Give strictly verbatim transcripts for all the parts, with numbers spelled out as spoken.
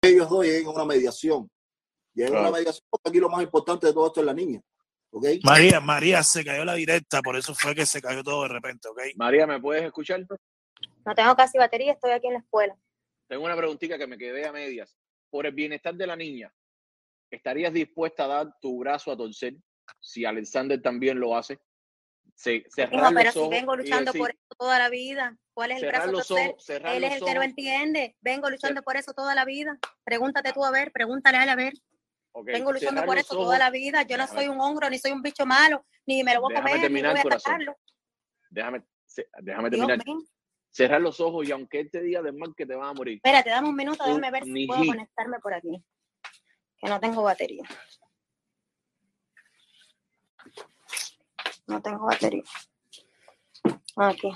ellos dos lleguen a una mediación. Lleguen a Claro. una mediación, porque aquí lo más importante de todo esto es la niña. ¿Okay? María, María, se cayó la directa, por eso fue que se cayó todo de repente, ¿ok? María, ¿me puedes escuchar? No tengo casi batería, estoy aquí en la escuela. Tengo una preguntita que me quedé a medias. Por el bienestar de la niña, ¿estarías dispuesta a dar tu brazo a torcer si Alexander también lo hace? Se, cerrar Hijo, pero los si ojos vengo y luchando decir, por eso toda la vida, ¿cuál es el cerrar brazo los torcer? ojos, cerrar Él es los el que no ojos. entiende. Vengo luchando Cer- por eso toda la vida. Pregúntate tú a ver, pregúntale a él a ver. Ok, Vengo luchando cerrar por los eso ojos. toda la vida. Yo no Déjame, soy un hongro, ni soy un bicho malo, ni me lo voy a déjame comer, ni terminar, voy a corazón. atacarlo. Déjame, ce- déjame Dios terminar. mío. Cerrar los ojos y aunque él te diga del mal que te vas a morir, Espérate, dame un minuto, tú déjame ver si ni puedo ji. conectarme por aquí. Que no tengo batería. No tengo batería. Aquí.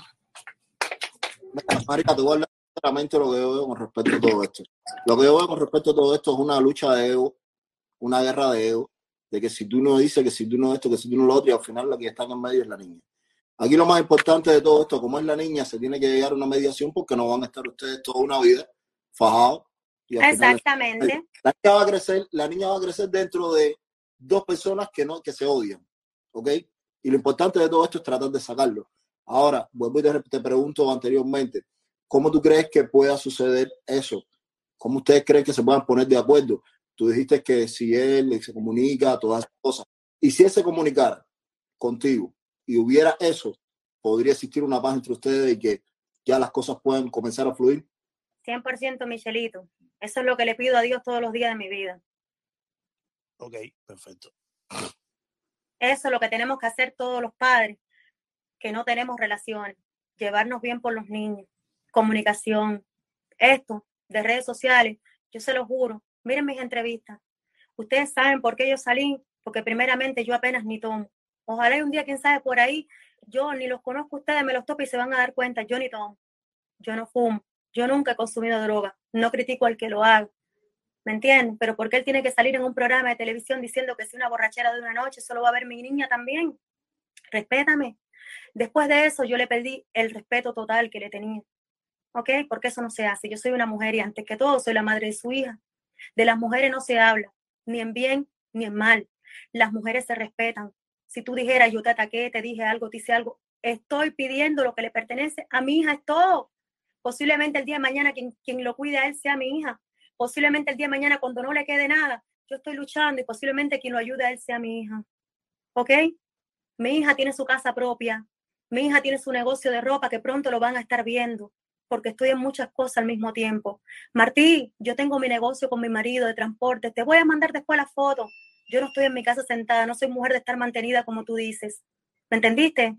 Mira, María, te voy a hablar claramente lo que yo veo con respecto a todo esto. Lo que yo veo con respecto a todo esto es una lucha de ego, una guerra de ego, de que si tú no dices, que si tú no esto, que si tú no lo otro, y al final la que está en medio es la niña. Aquí lo más importante de todo esto, como es la niña, se tiene que llegar a una mediación porque no van a estar ustedes toda una vida fajados. Y al final, Exactamente. la niña va a crecer, la niña va a crecer dentro de dos personas que no, que se odian, ¿ok? Y lo importante de todo esto es tratar de sacarlo. Ahora, vuelvo y te, te pregunto anteriormente, ¿cómo tú crees que pueda suceder eso? ¿Cómo ustedes creen que se puedan poner de acuerdo? Tú dijiste que si él se comunica, todas esas cosas. Y si él se comunicara contigo y hubiera eso, podría existir una paz entre ustedes y que ya las cosas puedan comenzar a fluir. cien por ciento, Michelito. Eso es lo que le pido a Dios todos los días de mi vida. Ok, perfecto. Eso es lo que tenemos que hacer todos los padres que no tenemos relaciones. Llevarnos bien por los niños. Comunicación. Esto de redes sociales, yo se lo juro. Miren mis entrevistas. Ustedes saben por qué yo salí, porque primeramente yo apenas ni tomo. Ojalá y un día, quién sabe, por ahí, yo ni los conozco a ustedes, me los topo y se van a dar cuenta. Yo ni tomo. Yo no fumo. Yo nunca he consumido droga. No critico al que lo haga. ¿Me entienden? Pero ¿por qué él tiene que salir en un programa de televisión diciendo que si una borrachera de una noche solo va a ver mi niña también? Respétame. Después de eso yo le perdí el respeto total que le tenía. ¿Ok? Porque eso no se hace. Yo soy una mujer y antes que todo soy la madre de su hija. De las mujeres no se habla, ni en bien ni en mal. Las mujeres se respetan. Si tú dijeras, yo te ataqué, te dije algo, te hice algo, estoy pidiendo lo que le pertenece a mi hija, es todo. Posiblemente el día de mañana quien, quien lo cuide a él sea mi hija. Posiblemente el día de mañana cuando no le quede nada, yo estoy luchando y posiblemente quien lo ayude a él sea mi hija. ¿Ok? Mi hija tiene su casa propia. Mi hija tiene su negocio de ropa que pronto lo van a estar viendo porque estoy en muchas cosas al mismo tiempo. Martí, yo tengo mi negocio con mi marido de transporte. Te voy a mandar después la foto. Yo no estoy en mi casa sentada. No soy mujer de estar mantenida como tú dices. ¿Me entendiste?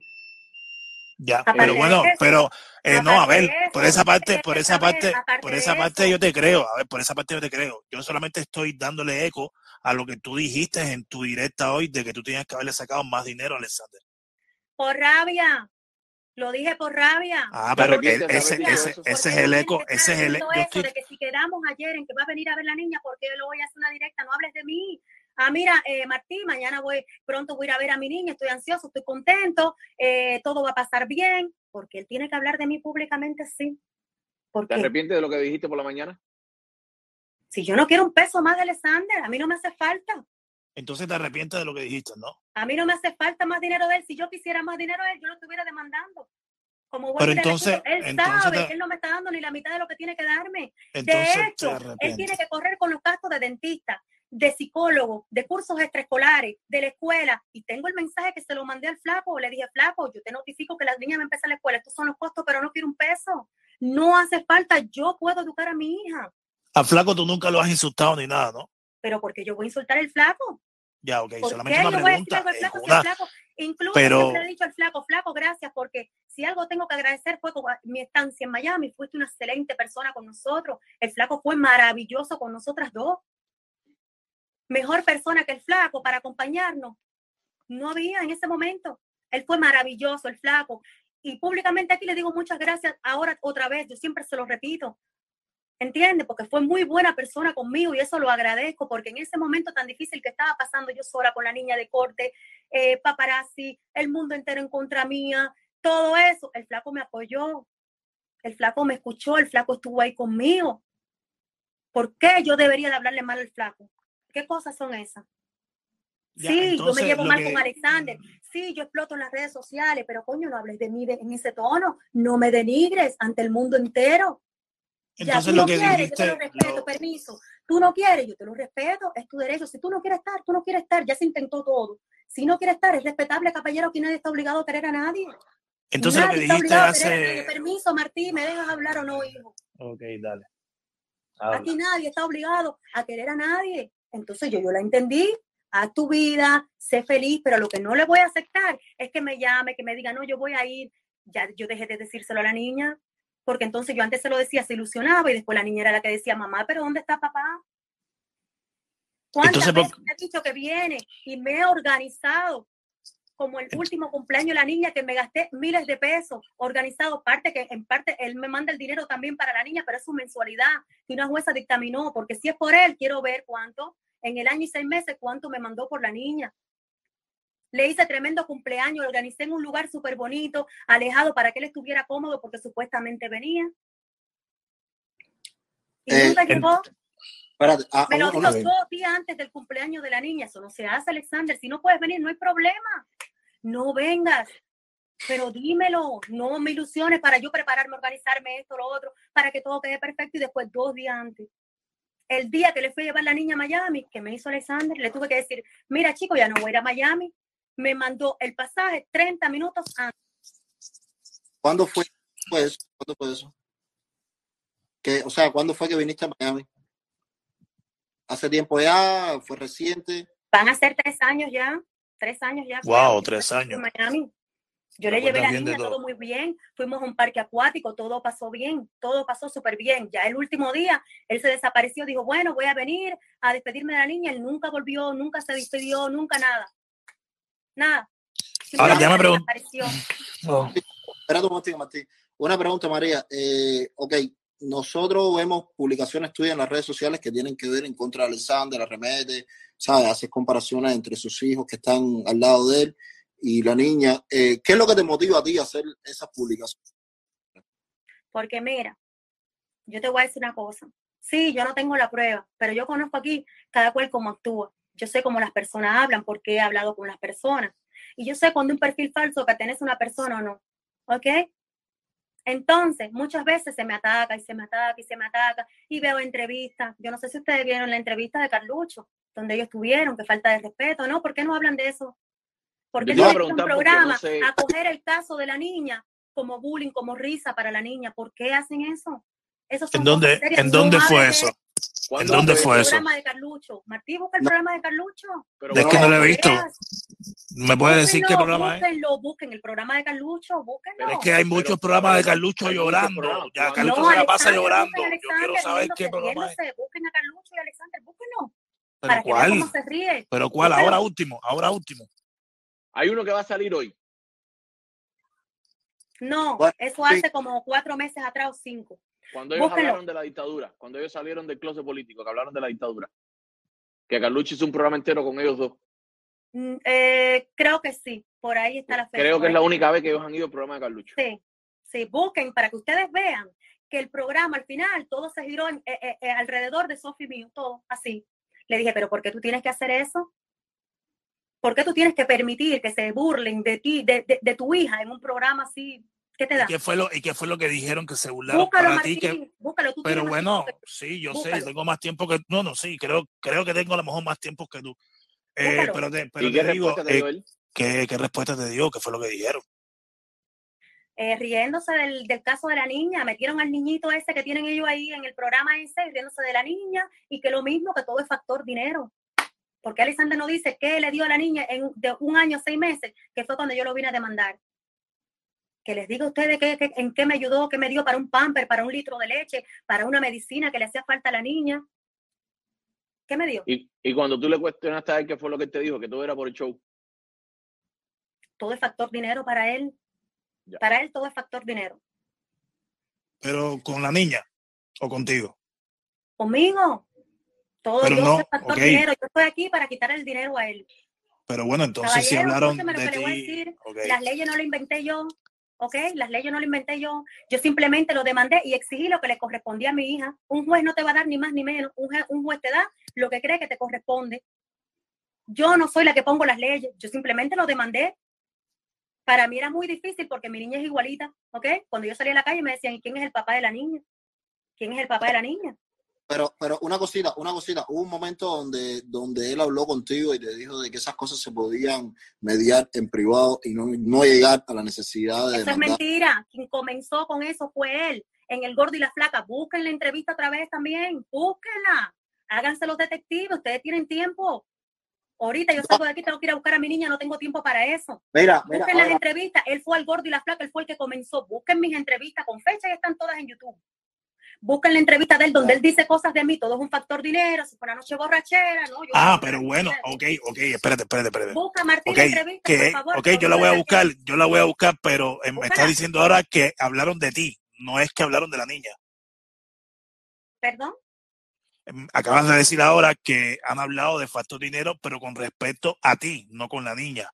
Ya, Aparte pero bueno, eso, pero eh, no, a ver, eso, por esa parte, por esa saber, parte, por esa parte yo te creo, a ver, por esa parte yo te creo. Yo solamente estoy dándole eco a lo que tú dijiste en tu directa hoy de que tú tenías que haberle sacado más dinero a Alexander. Por rabia. Lo dije por rabia. Ah, pero el, ese, ese, ese, ese es el eco, ese es el eco. yo Eso estoy... de que si quedamos ayer en que va a venir a ver la niña, ¿por qué lo voy a hacer una directa? No hables de mí. Ah, mira, eh, Martí, mañana voy, pronto voy a ir a ver a mi niña, estoy ansioso, estoy contento, eh, todo va a pasar bien, porque él tiene que hablar de mí públicamente, sí. ¿Por ¿Te qué? arrepientes de lo que dijiste por la mañana? Si yo no quiero un peso más de Alexander, a mí no me hace falta. Entonces te arrepientes de lo que dijiste, ¿no? A mí no me hace falta más dinero de él. Si yo quisiera más dinero de él, yo lo estuviera demandando. Como Pero entonces, él entonces sabe te, que él no me está dando ni la mitad de lo que tiene que darme. Entonces de hecho, él tiene que correr con los gastos de dentista, de psicólogo, de cursos extraescolares, de la escuela. Y tengo el mensaje que se lo mandé al flaco. Le dije, flaco, yo te notifico que las niñas me empiezan la escuela. Estos son los costos, pero no quiero un peso. No hace falta. Yo puedo educar a mi hija. A flaco tú nunca lo has insultado ni nada, ¿no? Pero porque yo voy a insultar al flaco. Ya, ok, ¿Por solamente qué una yo pregunta. Voy a decir algo al flaco, una... si el flaco, incluso pero... siempre le he dicho al flaco, flaco, gracias, porque si algo tengo que agradecer fue con mi estancia en Miami, fuiste una excelente persona con nosotros, el flaco fue maravilloso con nosotras dos, mejor persona que el flaco para acompañarnos, no había en ese momento, él fue maravilloso, el flaco, y públicamente aquí le digo muchas gracias ahora otra vez, yo siempre se lo repito, ¿entiendes? Porque fue muy buena persona conmigo y eso lo agradezco porque en ese momento tan difícil que estaba pasando yo sola con la niña de corte, eh, paparazzi, el mundo entero en contra mía, todo eso, el flaco me apoyó, el flaco me escuchó, el flaco estuvo ahí conmigo. ¿Por qué yo debería de hablarle mal al flaco? ¿Qué cosas son esas? Ya, sí, entonces, yo me llevo mal que... con Alexander. Sí, yo exploto en las redes sociales, pero coño, no hables de mí de, en ese tono. No me denigres ante el mundo entero. Entonces, ya, tú lo no que quieres, dijiste, yo te lo respeto, lo... permiso. Tú no quieres, yo te lo respeto, es tu derecho. Si tú no quieres estar, tú no quieres estar. Ya se intentó todo. Si no quieres estar, es respetable, caballero, que nadie está obligado a querer a nadie. Entonces, nadie lo que está dijiste obligado hace... a querer a nadie. Permiso, Martí, ¿me dejas hablar o no, hijo? Ok, dale. Habla. Aquí nadie está obligado a querer a nadie. Entonces yo, yo la entendí. Haz tu vida, sé feliz, pero lo que no le voy a aceptar es que me llame, que me diga, no, yo voy a ir. Ya yo dejé de decírselo a la niña, porque entonces yo antes se lo decía, se ilusionaba, y después la niña era la que decía, mamá, ¿pero dónde está papá? ¿Cuántas Entonces, veces me ha dicho que viene? Y me he organizado, como el último cumpleaños de la niña, que me gasté miles de pesos, organizado, parte que en parte él me manda el dinero también para la niña, pero es su mensualidad, que una jueza dictaminó, porque si es por él, quiero ver cuánto, en el año y seis meses, cuánto me mandó por la niña. Le hice tremendo cumpleaños, lo organicé en un lugar súper bonito, alejado, para que él estuviera cómodo, porque supuestamente venía. Y eh, nunca llegó. Espérate, a, me lo a, dijo una... dos días antes del cumpleaños de la niña. Eso no se hace, Alexander. Si no puedes venir, no hay problema. No vengas. Pero dímelo, no me ilusiones para yo prepararme, organizarme esto, lo otro, para que todo quede perfecto, y después dos días antes. El día que le fui a llevar la niña a Miami, que me hizo Alexander, le tuve que decir, mira chico, ya no voy a ir a Miami. Me mandó el pasaje treinta minutos antes. ¿Cuándo fue, fue eso? ¿Cuándo fue eso? Que, o sea, ¿cuándo fue que viniste a Miami? ¿Hace tiempo ya? ¿Fue reciente? Van a ser tres años ya. Tres años ya. Wow, fue, tres años. En Miami. Yo le llevé a la niña, todo? todo muy bien. Fuimos a un parque acuático, todo pasó bien, todo pasó súper bien. Ya el último día, él se desapareció, dijo, bueno, voy a venir a despedirme de la niña. Él nunca volvió, nunca se despidió, nunca nada. Nada. Ahora ya me pregunto. Oh. Espérate un momento, Martín. Una pregunta, María. Eh, ok, nosotros vemos publicaciones tuyas en las redes sociales que tienen que ver en contra de Alexander, la remete, ¿sabes? Haces comparaciones entre sus hijos que están al lado de él y la niña. Eh, ¿Qué es lo que te motiva a ti a hacer esas publicaciones? Porque mira, yo te voy a decir una cosa. Sí, yo no tengo la prueba, pero yo conozco aquí cada cual cómo actúa. Yo sé cómo las personas hablan, porque he hablado con las personas. Y yo sé cuando un perfil falso pertenece a una persona o no. ¿Ok? Entonces, muchas veces se me ataca y se me ataca y se me ataca y veo entrevistas. Yo no sé si ustedes vieron la entrevista de Carlucho, donde ellos tuvieron, que falta de respeto, ¿no? ¿Por qué no hablan de eso? ¿Por qué no hay un programa no sé. a coger el caso de la niña como bullying, como risa para la niña? ¿Por qué hacen eso? Eso son ¿En dónde, ¿en dónde no fue eso? ¿En dónde fue eso? El programa de Carlucho. Martí, busca el no. programa de Carlucho. Pero es que no lo he visto. ¿Me puedes decir qué programa búsquenlo, es? Búsquenlo, busquen el programa de Carlucho, búsquenlo. Pero es que hay muchos programas de Carlucho llorando. Ya Carlucho no, se la pasa llorando. Yo quiero saber qué programa es. Busquen a Carlucho y a Alexander, búsquenlo. ¿Pero para cuál? Que vean cómo se ríe. ¿Pero cuál? Búsquenlo. Ahora último, ahora último. Hay uno que va a salir hoy. No, bueno, eso hace sí. como cuatro meses atrás o cinco. Cuando ellos Búsquenlo. hablaron de la dictadura, cuando ellos salieron del closet político, que hablaron de la dictadura, que Carlucho hizo un programa entero con ellos dos. Mm, eh, creo que sí, por ahí está la fecha. Creo que es la única vez que ellos han ido al programa de Carlucho. Sí, sí, busquen para que ustedes vean que el programa al final todo se giró en, eh, eh, alrededor de Sophie mío, todo así. Le dije, pero ¿por qué tú tienes que hacer eso? ¿Por qué tú tienes que permitir que se burlen de ti, de, de, de tu hija en un programa así? ¿Qué te da? ¿Y qué fue lo, y qué fue lo que dijeron que se burlaron búscalo, para Martín, ti? Que, búscalo, tú pero bueno, que... sí, yo búscalo. sé, tengo más tiempo que no, no, sí, creo, creo que tengo a lo mejor más tiempo que tú. Eh, pero te, pero ¿Y qué te digo, respuesta te dio eh, él? ¿qué, ¿Qué respuesta te dio? ¿Qué fue lo que dijeron? Eh, riéndose del, del caso de la niña, metieron al niñito ese que tienen ellos ahí en el programa ese, riéndose de la niña, y que lo mismo, que todo es factor dinero. Porque Alexander no dice qué le dio a la niña en, de un año, seis meses, que fue cuando yo lo vine a demandar. Que les diga a ustedes que, que, en qué me ayudó, qué me dio para un pamper, para un litro de leche, para una medicina que le hacía falta a la niña. ¿Qué me dio? Y, y cuando tú le cuestionaste a él qué fue lo que te dijo, que todo era por el show. Todo es factor dinero para él. Ya. Para él todo es factor dinero. ¿Pero con la niña o contigo? Conmigo. Todo Pero no, es factor okay. dinero. Yo estoy aquí para quitar el dinero a él. Pero bueno, entonces si hablaron de ti, okay. Las leyes no las inventé yo. ¿ok? Las leyes no las inventé yo. Yo simplemente lo demandé y exigí lo que le correspondía a mi hija. Un juez no te va a dar ni más ni menos. Un juez, un juez te da lo que cree que te corresponde. Yo no soy la que pongo las leyes. Yo simplemente lo demandé. Para mí era muy difícil porque mi niña es igualita, ¿ok? Cuando yo salí a la calle me decían, ¿y quién es el papá de la niña? ¿Quién es el papá de la niña? Pero, pero una cosita, una cosita, hubo un momento donde, donde él habló contigo y te dijo de que esas cosas se podían mediar en privado y no, no llegar a la necesidad de Eso demandar. es mentira. Quien comenzó con eso fue él. En El Gordo y la Flaca. Busquen la entrevista otra vez también. Búsquenla. Háganse los detectives. Ustedes tienen tiempo. Ahorita yo salgo de aquí, tengo que ir a buscar a mi niña. No tengo tiempo para eso. Mira, mira. Busquen Ahora, las entrevistas. Él fue al Gordo y la Flaca. Él fue el que comenzó. Busquen mis entrevistas con fecha y están todas en YouTube. Busquen la entrevista de él donde claro. él dice cosas de mí. Todo es un factor dinero. Si fue una noche borrachera, ¿no? Yo Ah, no, pero no, bueno, no, ok, ok, espérate, espérate, espérate. Busca Martín Ok, la entrevista, que, por favor. ok, yo la voy a buscar, yo la voy a buscar, pero eh, me Búscala. está diciendo ahora que hablaron de ti, no es que hablaron de la niña. ¿Perdón? Acabas de decir ahora que han hablado de factor dinero, pero con respecto a ti, no con la niña.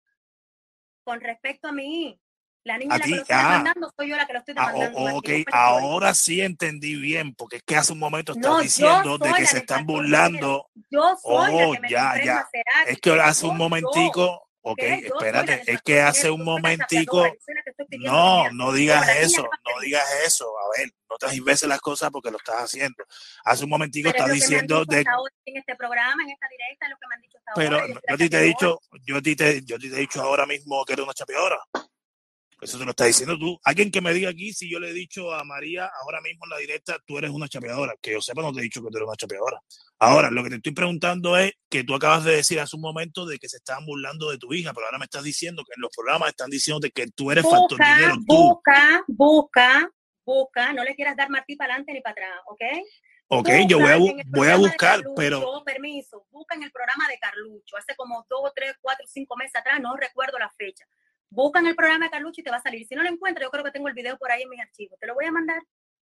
Con respecto a mí. La niña A la ti, que lo estoy ah, demandando, soy yo la que lo estoy ah, demandando. oh, Martín, ok, no me ahora sí entendí bien, porque es que hace un momento estás No, diciendo yo de soy que la se del están factor burlando. dinero. Yo soy la Oh, que me ya, compré el ya. Maserati. Es que hace Soy un yo. momentico, ok, ¿Ok? Yo soy la espérate, del es factor que hace dinero. un Yo soy la chapeadora. momentico, Yo soy la que estoy pidiendo no, dinero. no Soy yo, digas la niña eso, que va a no hacer digas eso, a ver, no transgiverses las cosas porque lo estás haciendo. Hace un momentico Pero es estás lo que me han diciendo dicho de, hasta ahora en este programa, en esta directa, es lo que me han dicho hasta pero ahora. Yo soy yo la a ti te he chapeadora. dicho, yo a ti te, yo a ti te he dicho ahora mismo que eres una chapeadora. Eso te lo está diciendo tú. Alguien que me diga aquí si yo le he dicho a María ahora mismo en la directa, tú eres una chapeadora. Que yo sepa, no te he dicho que tú eres una chapeadora. Ahora, lo que te estoy preguntando es que tú acabas de decir hace un momento de que se estaban burlando de tu hija, pero ahora me estás diciendo que en los programas están diciendo que tú eres Busca, factor dinero. Tú. busca, busca, busca. No le quieras dar Martí para adelante ni para atrás, ¿ok? Ok, Busca yo voy a, en el voy a buscar, Carlucho, pero... permiso, busca en el programa de Carlucho, hace como dos, tres, cuatro, cinco meses atrás, no recuerdo la fecha. Busca en el programa de Carlucho y te va a salir. Si no lo encuentras, yo creo que tengo el video por ahí en mis archivos. Te lo voy a mandar.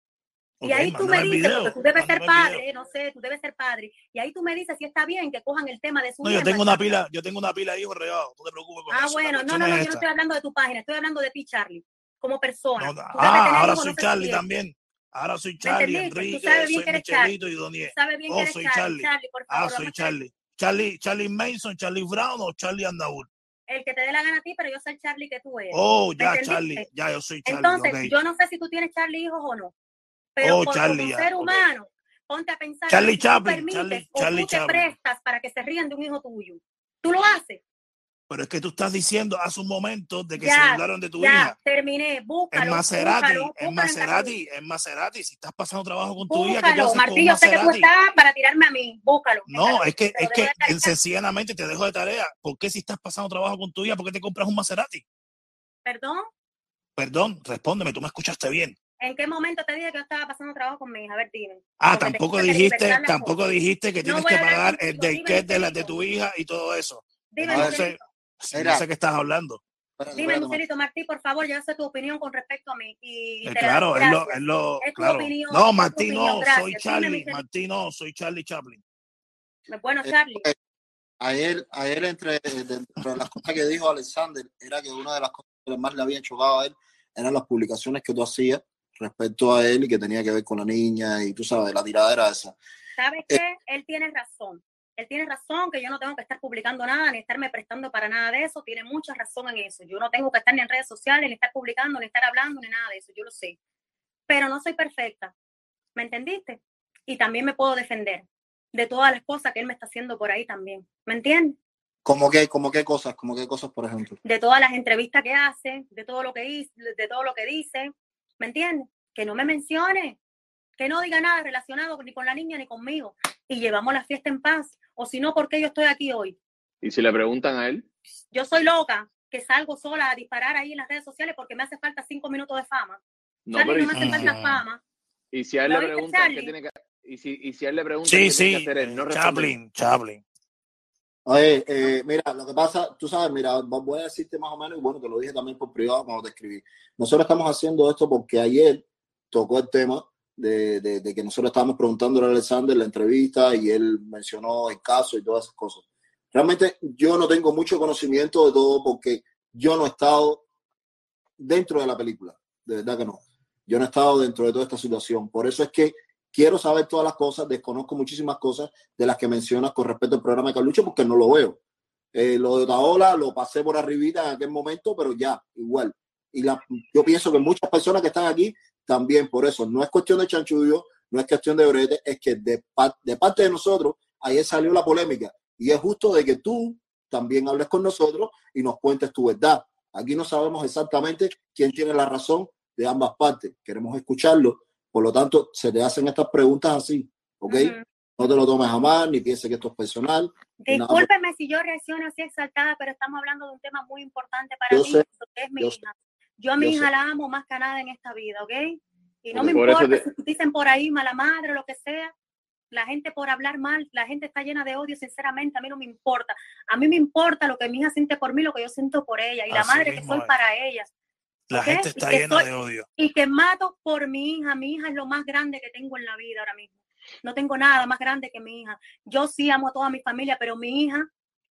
Y Okay, ahí tú me dices, video, porque tú debes ser padre, video. no sé, tú debes ser padre. Y ahí tú me dices si está bien que cojan el tema de su No, hija. yo tengo una pila, yo tengo una pila de hijos regados, no te preocupes con ah, eso. Ah, bueno, no, no, no, yo no estoy hablando de tu página, estoy hablando de ti, Charlie, como persona. No, ah, ahora hijos, soy no Charlie también. Ahora soy Charlie, Enrique, tú sabes bien soy que eres Michelito Charlie. y Donier. Tú sabes bien oh, que eres soy Charlie. Charlie. Charlie, por favor, ah, soy Charlie. Charlie, Charlie Mason, Charlie Brown o Charlie Andaur. El que te dé la gana a ti, pero yo soy Charlie que tú eres. Oh, ya, Charlie, ya, yo soy Charlie. Entonces, okay. yo no sé si tú tienes Charlie hijos o no, pero oh, por Charlie, como ya, ser humano, okay. ponte a pensar Charlie si Chaplin, tú permites Charlie, o Charlie tú te Chaplin. prestas para que se rían de un hijo tuyo. ¿Tú lo haces? Pero es que tú estás diciendo hace un momento de que ya, se burlaron de tu ya, hija. terminé, búscalo. En Maserati, búscalo, en Maserati, en Maserati. Si estás pasando trabajo con tu búscalo, hija, ¿qué tú haces Martín, con un yo sé que tú Maserati? estás para tirarme a mí, búscalo. No, es que, es que sencillamente te dejo de tarea. ¿Por qué si estás pasando trabajo con tu hija, por qué te compras un Maserati? ¿Perdón? Perdón, respóndeme, tú me escuchaste bien. ¿En qué momento te dije que yo estaba pasando trabajo con mi hija? A ver, dime. Ah, tampoco dijiste, tampoco dijiste que no tienes que pagar el daycare de la de tu hija y todo eso. Dime, no sé, no sé qué estás hablando. Espérate, Dime, espérate, Michelito Martí, por favor, ya sé tu opinión con respecto a mí. Y, y eh, te claro, la es lo, es lo, es claro. opinión, no, es Martí, opinión, no, gracias. soy Charlie, Dime, Martí, no, soy Charlie Chaplin. Bueno, Charlie. Eh, ayer, ayer entre, dentro de las cosas que dijo Alexander, era que una de las cosas que más le habían chocado a él eran las publicaciones que tú hacías respecto a él y que tenía que ver con la niña y tú sabes, la tiradera esa. ¿Sabes qué? Eh, él tiene razón. Él tiene razón que yo no tengo que estar publicando nada ni estarme prestando para nada de eso. Tiene mucha razón en eso. Yo no tengo que estar ni en redes sociales, ni estar publicando, ni estar hablando, ni nada de eso. Yo lo sé. Pero no soy perfecta. ¿Me entendiste? Y también me puedo defender de todas las cosas que él me está haciendo por ahí también. ¿Me entiendes? ¿Cómo qué, cómo qué cosas? ¿Cómo qué cosas, por ejemplo? De todas las entrevistas que hace, de todo lo que dice, de todo lo que dice. ¿Me entiendes? Que no me mencione. Que no diga nada relacionado ni con la niña ni conmigo. Y llevamos la fiesta en paz. O si no, ¿por qué yo estoy aquí hoy? ¿Y si le preguntan a él? Yo soy loca, que salgo sola a disparar ahí en las redes sociales porque me hace falta cinco minutos de fama. No, Charlie, pero no me hace falta fama. Y si a él le preguntan, ¿qué tiene que, y si, y si a él le preguntan, sí, ¿qué sí, tiene que hacer él? No Chaplin, Chaplin. Oye, eh, mira, lo que pasa, tú sabes, mira, voy a decirte más o menos, y bueno, te lo dije también por privado cuando te escribí. Nosotros estamos haciendo esto porque ayer tocó el tema de, de, de que nosotros estábamos preguntándole a Alexander la entrevista y él mencionó el caso y todas esas cosas. Realmente yo no tengo mucho conocimiento de todo porque yo no he estado dentro de la película, de verdad que no. Yo no he estado dentro de toda esta situación. Por eso es que quiero saber todas las cosas, desconozco muchísimas cosas de las que mencionas con respecto al programa de Carlucho porque no lo veo. Eh, lo de Otaola lo pasé por arribita en aquel momento, pero ya, igual. Y la, yo pienso que muchas personas que están aquí también, por eso, no es cuestión de chanchullo, no es cuestión de brete, es que de, de parte de nosotros, ayer salió la polémica y es justo de que tú también hables con nosotros y nos cuentes tu verdad. Aquí no sabemos exactamente quién tiene la razón de ambas partes. Queremos escucharlo. Por lo tanto, se te hacen estas preguntas así, ¿ok? Uh-huh. No te lo tomes a mal, ni pienses que esto es personal. Discúlpeme nada. Si yo reacciono así exaltada, pero estamos hablando de un tema muy importante para yo mí, sé, que es mi hija. Sé. Yo a mi yo hija sé. la amo más que nada en esta vida, ¿ok? Y no okay. me por importa te... si dicen por ahí mala madre o lo que sea. La gente por hablar mal, la gente está llena de odio, sinceramente, a mí no me importa. A mí me importa lo que mi hija siente por mí, lo que yo siento por ella, y la así madre que soy es. Para ella. La ¿okay? gente está llena soy, de odio. Y que mato por mi hija. Mi hija es lo más grande que tengo en la vida ahora mismo. No tengo nada más grande que mi hija. Yo sí amo a toda mi familia, pero mi hija,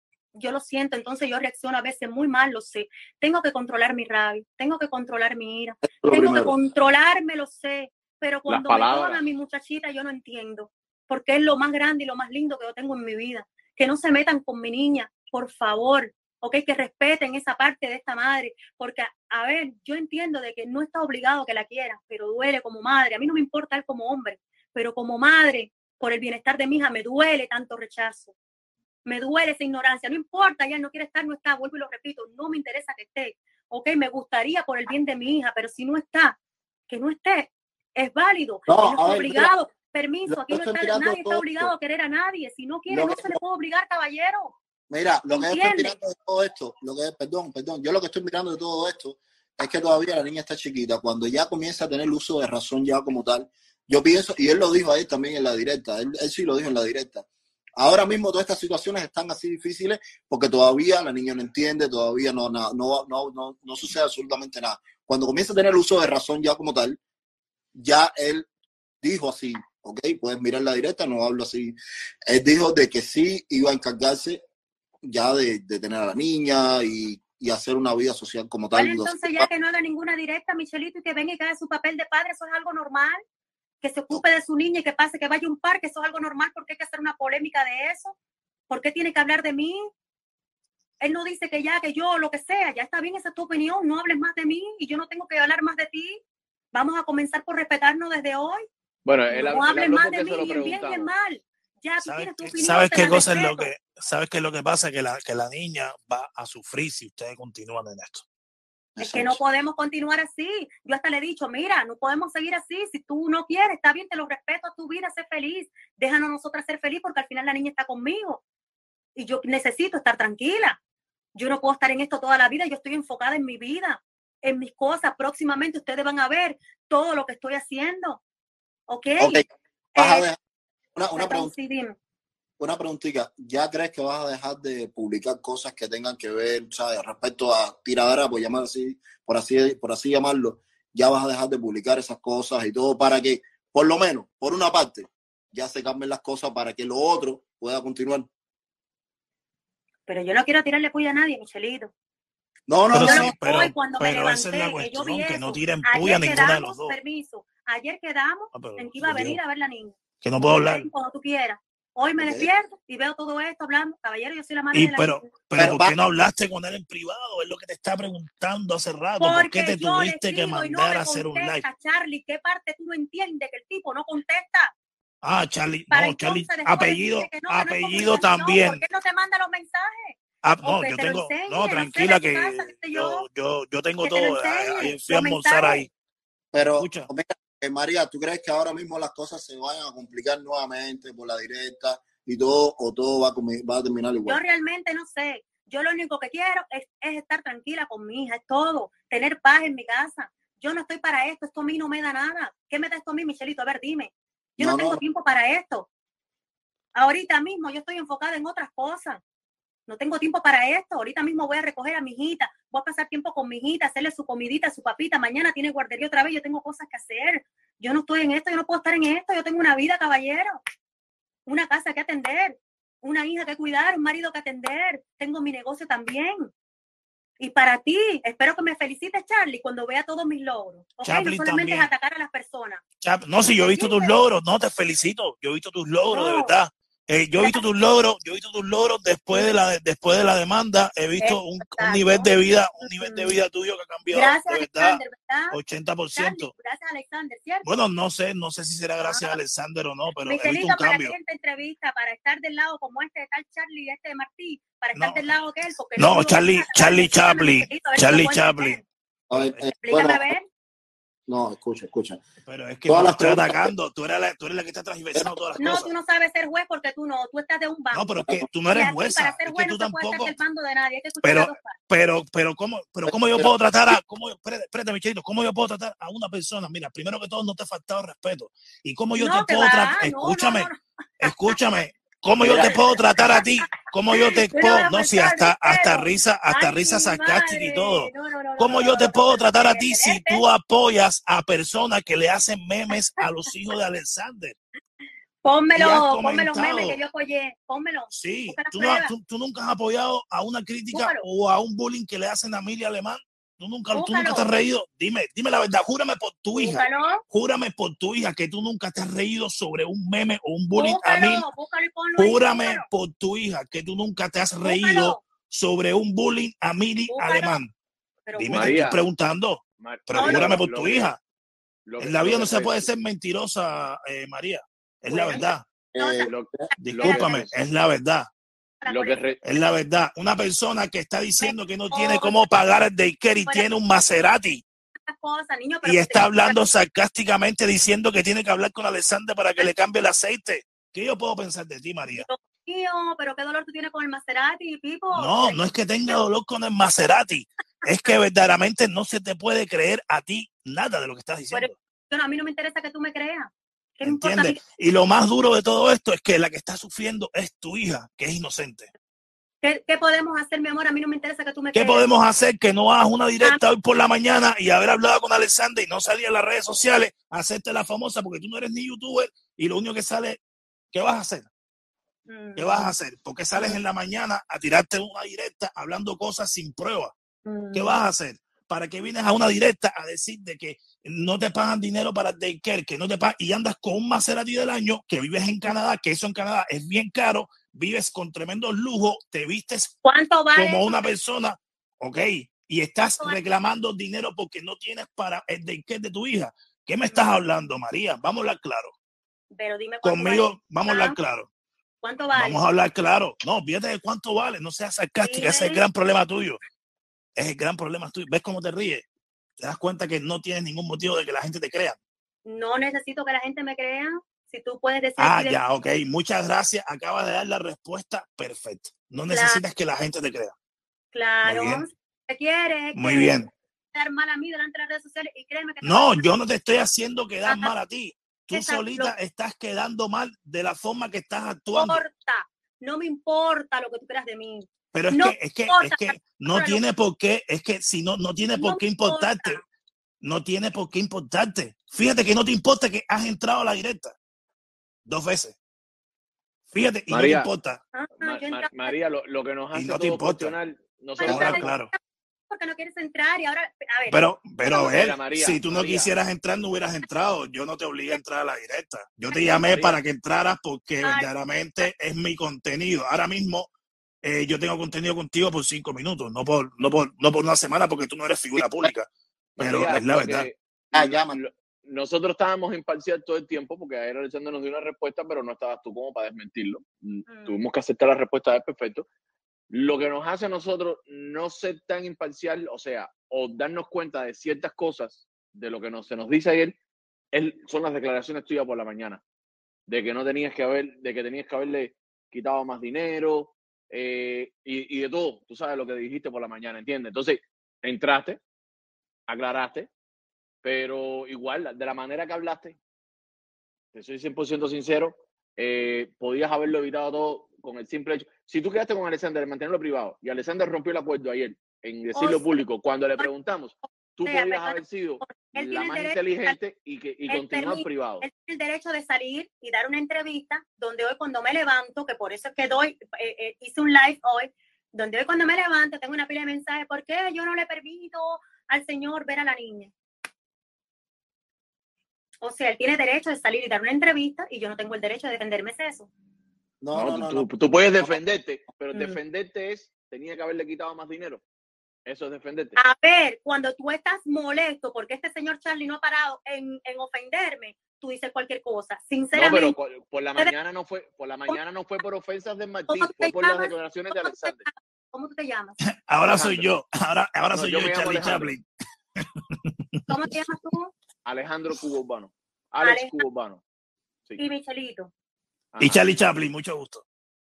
yo lo siento, entonces yo reacciono a veces muy mal, lo sé. Tengo que controlar mi rabia, tengo que controlar mi ira, tengo primero. que controlarme, lo sé. Pero cuando me toman a mi muchachita, yo no entiendo. Porque es lo más grande y lo más lindo que yo tengo en mi vida. Que no se metan con mi niña, por favor. Okay, que respeten esa parte de esta madre, porque, a ver, yo entiendo de que no está obligado a que la quieran, pero duele como madre. A mí no me importa él como hombre, pero como madre, por el bienestar de mi hija, me duele tanto rechazo. Me duele esa ignorancia. No importa, ya no quiere estar, no está, vuelvo y lo repito, no me interesa que esté. Ok, me gustaría por el bien de mi hija, pero si no está, que no esté. Es válido, no, no está ver, obligado. Mira, Permiso, aquí no está, nadie está obligado a querer a nadie. Si no quiere, no se le puede obligar, caballero. Mira, lo que yo estoy mirando de todo esto, lo que perdón, perdón, yo lo que estoy mirando de todo esto es que todavía la niña está chiquita. Cuando ya comienza a tener el uso de razón ya como tal, yo pienso, y él lo dijo ahí también en la directa, él, él sí lo dijo en la directa. Ahora mismo todas estas situaciones están así difíciles porque todavía la niña no entiende, todavía no, no, no, no, no, no sucede absolutamente nada. Cuando comienza a tener el uso de razón ya como tal, ya él dijo así, ok, puedes mirar la directa, no hablo así. Él dijo de que sí iba a encargarse ya de, de tener a la niña y, y hacer una vida social como tal. Bueno, entonces ya que no haga ninguna directa, Michelito, y que venga y que haga su papel de padre, eso es algo normal. Que se ocupe de su niña y que pase, que vaya a un parque, eso es algo normal. ¿Por qué hay que hacer una polémica de eso? ¿Por qué tiene que hablar de mí? Él no dice que ya, que yo, lo que sea, ya está bien, esa es tu opinión, no hables más de mí y yo no tengo que hablar más de ti. Vamos a comenzar por respetarnos desde hoy. Bueno, él, no él hables más de mí, ni en bien ni en mal. Ya, tú tienes tu opinión. ¿Sabes qué cosa es lo que, sabes qué es lo que pasa? Que la, que la niña va a sufrir si ustedes continúan en esto. Es que no podemos continuar así. Yo hasta le he dicho, mira, no podemos seguir así. Si tú no quieres, está bien, te lo respeto a tu vida, sé feliz. Déjanos nosotras ser feliz porque al final la niña está conmigo. Y yo necesito estar tranquila. Yo no puedo estar en esto toda la vida. Yo estoy enfocada en mi vida, en mis cosas. Próximamente ustedes van a ver todo lo que estoy haciendo. ¿Ok? okay. Vas a dejar una, una perdón, pregunta. Sí, dime. Una preguntita, ¿ya crees que vas a dejar de publicar cosas que tengan que ver, ¿sabes? Respecto a tiradera, por llamar así, por así, por así llamarlo, ya vas a dejar de publicar esas cosas y todo para que, por lo menos, por una parte, ya se cambien las cosas para que lo otro pueda continuar? Pero yo no quiero tirarle puya a nadie, Michelito. No, no, pero no. Sí, no. pero, Hoy cuando pero me esa levanté, es la que cuestión, yo vi que eso, no tiren ayer puya a ninguno quedamos, de los dos. Permiso, ayer quedamos Ah, pero, en que iba a venir Dios, a ver la niña. que no puedo hablar. Cuando tú quieras. Hoy me Ok. despierto y veo todo esto hablando. Caballero, yo soy la madre Y de la pero, niña. pero, Pero ¿por va- qué no hablaste con él en privado? Es lo que te está preguntando hace rato. ¿Por qué Porque te yo le tuviste que escribo y no mandar me a hacer un live? contesta, Charlie. ¿Qué parte tú no entiendes que el tipo no contesta? Ah, Charlie, Para no, Charlie, entonces después apellido, decirte que no, que no hay apellido comunicación. también. ¿Por qué no te manda los mensajes? Ah, O no, que yo te lo tengo, enseñe, no, no tranquila sé, de tu que casa, qué sé yo, yo, yo, yo tengo que te lo todo. Ayer enseñe, fui a los almorzar mensajes. ahí. Pero, Escucha. mira, eh, María, ¿tú crees que ahora mismo las cosas se vayan a complicar nuevamente por la directa y todo, o todo va a, comi- va a terminar Yo igual? realmente no sé. Yo lo único que quiero es, es estar tranquila con mi hija, es todo, tener paz en mi casa. Yo no estoy para esto, esto a mí no me da nada. ¿Qué me da esto a mí, Michelito? A ver, dime. Yo no, No, tengo no, tiempo para esto. Ahorita mismo yo estoy enfocada en otras cosas. No tengo tiempo para esto. Ahorita mismo voy a recoger a mi hijita, voy a pasar tiempo con mi hijita, hacerle su comidita, su papita. Mañana tiene guardería otra vez, yo tengo cosas que hacer. Yo no estoy en esto, yo no puedo estar en esto. Yo tengo una vida, caballero. Una casa que atender, una hija que cuidar, un marido que atender. Tengo mi negocio también. Y para ti, espero que me felicites, Charlie, cuando vea todos mis logros. ¿Okay? No solamente también. Es atacar a las personas. Chap no, si yo he visto tus logros, no, te felicito. Yo he visto tus logros, no. de verdad. Eh, yo he visto tus logros, yo he visto tus logros después de la después de la demanda, he visto un, un nivel de vida, un nivel de vida tuyo que ha cambiado. Gracias, de Alexander, verdad, ochenta por ciento. Charlie, gracias, Alexander, ¿cierto? Bueno, no sé, no sé si será gracias ah. a Alexander o no, pero Michelito, he visto un para cambio. Para esta entrevista, para estar del lado como este de tal Charlie y este de Martí, para estar no. del lado que él, porque no, no Charlie, Charlie Chaplin, Charlie Chaplin. A ver, eh, Explícame bueno, a ver. No, escucha, escucha. Pero es que tú estás atacando, tú eres, la, tú eres la que está transversando todas las no, cosas. No, tú no sabes ser juez porque tú no, tú estás de un bando. No, pero es que tú no eres jueza. Para ser es juez que tú no tampoco. Se puede estar bando de nadie. Hay que pero, las dos pero, pero, ¿cómo, pero cómo yo puedo tratar a, cómo, espérate, espérate, Michelito, cómo yo puedo tratar a una persona? Mira, primero que todo, no te he faltado respeto. Y cómo yo no, te puedo tratar, no, escúchame, no, no, no. escúchame. ¿Cómo yo te puedo tratar a ti? ¿Cómo yo te puedo? No, si hasta, hasta risa, hasta risa sarcástica y todo. No, no, no, ¿Cómo no, yo te no, puedo no, tratar no, a ti no, si tú apoyas a personas que le hacen memes a los hijos de Alexander? Pónmelo, ponme los memes que yo apoyé, pónmelo. Sí, tú, no, tú, tú nunca has apoyado a una crítica Búscalo. o a un bullying que le hacen a Miriam Alemán. Tú nunca, tú nunca te has reído. Dime, dime la verdad. Júrame por tu hija. Búscalo. Júrame por tu hija que tú nunca te has reído sobre un meme o un bullying búscalo, a mí. Júrame ahí, por tu hija que tú nunca te has búscalo. reído sobre un bullying a Miri Alemán. Pero Dime, María, te estoy preguntando. Mar pero no, júrame lo, por lo tu que, hija. Lo en la vida no se es, puede ser mentirosa, eh, María. Es bueno, la verdad. Eh, lo, Discúlpame, lo es, es la verdad. Lo que re... Es la verdad. Una persona que está diciendo que no tiene cómo pagar el daycare y tiene un Maserati. Cosa, niño, pero y está hablando sarcásticamente diciendo que tiene que hablar con Alexander para que le cambie el aceite. ¿Qué yo puedo pensar de ti, María? Tío, pero qué dolor tú tienes con el Maserati, Pipo. No, no es que tenga dolor con el Maserati. Es que verdaderamente no se te puede creer a ti nada de lo que estás diciendo. Pero a mí no me interesa que tú me creas. ¿Qué me ¿Entiendes? Y lo más duro de todo esto es que la que está sufriendo es tu hija, que es inocente. ¿Qué, ¿Qué podemos hacer, mi amor? A mí no me interesa que tú me ¿Qué creas. podemos hacer? Que no hagas una directa hoy por la mañana y haber hablado con Alexander y no salir en las redes sociales, hacerte la famosa porque tú no eres ni youtuber y lo único que sale, ¿qué vas a hacer? Mm. ¿Qué vas a hacer? Porque sales mm. en la mañana a tirarte una directa hablando cosas sin prueba. Mm. ¿Qué vas a hacer? ¿Para qué vienes a una directa a decir de que no te pagan dinero para el daycare, que no te pagan y andas con un Maserati del año, que vives en Canadá, que eso en Canadá es bien caro, vives con tremendos lujos, te vistes ¿Cuánto vale? como una persona, ok, y estás reclamando dinero porque no tienes para el daycare de tu hija? ¿Qué me estás hablando, María? Vamos a hablar claro. Pero dime Conmigo, vale. vamos a hablar claro. ¿Cuánto vale? Vamos a hablar claro. No, fíjate de cuánto vale, no seas sarcástica, ese es el gran problema tuyo. Es el gran problema tuyo. ¿Ves cómo te ríes? ¿Te das cuenta que no tienes ningún motivo de que la gente te crea? No necesito que la gente me crea. Si tú puedes decir... Ah, ya, ok. Muchas gracias. Acabas de dar la respuesta perfecta. No claro. necesitas que la gente te crea. Claro. ¿Qué quieres? Muy bien. Dar mal a mí delante de las redes sociales y créeme que... No, yo no te estoy haciendo quedar mal a ti. Tú Exacto. solita estás quedando mal de la forma que estás actuando. No me importa. No me importa lo que tú creas de mí. Pero es no que, es que, es que no tiene por qué, es que si no, no tiene por qué importarte. No tiene por qué importarte. Fíjate que no te importa que has entrado a la directa dos veces. Fíjate, y María, no te importa. Ma Ma María, lo, lo que nos hace y no todo te importa. cuestionar, nosotros ahora, estamos... claro. Porque no quieres entrar y ahora, a ver. Pero, pero a ver, María, María, si tú no María. quisieras entrar, no hubieras entrado. Yo no te obligué a entrar a la directa. Yo te llamé María. para que entraras porque María. verdaderamente es mi contenido. Ahora mismo eh, yo tengo contenido contigo por cinco minutos, no por, no por, no por una semana porque tú no eres figura pública. Pero María, es la verdad. Ah, llaman. Nosotros estábamos imparcial todo el tiempo porque ayer Alexander nos dio una respuesta, pero no estabas tú como para desmentirlo. Mm. Tuvimos que aceptar la respuesta de perfecto. Lo que nos hace a nosotros no ser tan imparcial, o sea, o darnos cuenta de ciertas cosas de lo que nos, se nos dice ayer, es, son las declaraciones tuyas por la mañana. De que no tenías que haber, de que tenías que haberle quitado más dinero eh, y, y de todo. Tú sabes lo que dijiste por la mañana, ¿entiendes? Entonces, entraste, aclaraste, pero igual, de la manera que hablaste, te soy cien por ciento sincero, eh, podías haberlo evitado todo con el simple hecho. Si tú quedaste con Alexander en mantenerlo privado y Alexander rompió el acuerdo ayer en decirlo o sea, público, cuando le preguntamos, tú o sea, podías haber sido la más inteligente y, que, y continuar privado. Él tiene el derecho de salir y dar una entrevista donde hoy cuando me levanto, que por eso es que doy, eh, eh, hice un live hoy, Donde hoy cuando me levanto tengo una pila de mensajes, ¿por qué yo no le permito al señor ver a la niña? O sea, él tiene derecho de salir y dar una entrevista y yo no tengo el derecho de defenderme de eso. No, No, no, no, tú, no. tú puedes defenderte, pero Mm. defenderte es, tenía que haberle quitado más dinero. Eso es defenderte. A ver, cuando tú estás molesto porque este señor Charlie no ha parado en, en ofenderme, tú dices cualquier cosa. No, Sinceramente. pero por la mañana no fue, por la mañana no fue por ofensas de Martín, ¿Cómo tú fue te por las llamas? declaraciones de ¿Cómo tú te Alexander. llamas? ¿Cómo tú te llamas? Ahora soy Alejandro. yo, ahora, ahora No, soy yo yo, me llamo Charlie Alejandro. Chaplin. ¿Cómo te llamas tú? Alejandro Cubo Urbano. Alex Alejandro. Cubo Urbano. Sí. Y Michelito. Y Ajá. Charlie Chaplin, mucho gusto.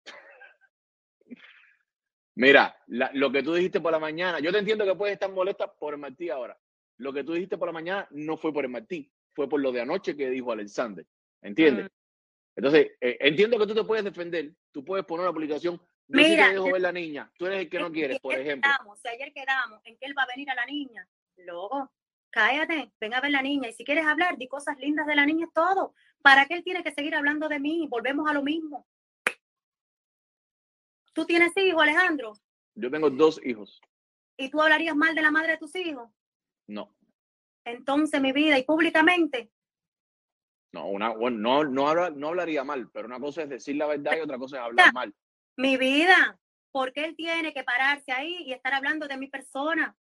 Mira, la- lo que tú dijiste por la mañana, yo te entiendo que puedes estar molesta por el Martí ahora. Lo que tú dijiste por la mañana no fue por el Martí, fue por lo de anoche que dijo Alexander. ¿Entiendes? Mm. Entonces, eh, entiendo que tú te puedes defender, tú puedes poner una publicación. Yo sí Mira, te dejo ver la niña, tú eres el que no si quieres, por ayer ejemplo. quedamos, si ayer quedamos en que él va a venir a la niña, luego, cállate, ven a ver la niña. Y si quieres hablar, di cosas lindas de la niña, es todo. ¿Para qué él tiene que seguir hablando de mí? Volvemos a lo mismo. ¿Tú tienes hijos, Alejandro? Yo tengo dos hijos. ¿Y tú hablarías mal de la madre de tus hijos? No, Entonces, mi vida, y públicamente, no, una, bueno, no, no, habla- no hablaría mal, pero una cosa es decir la verdad y otra cosa es hablar mal. mi vida, ¿por qué él tiene que pararse ahí y estar hablando de mi persona?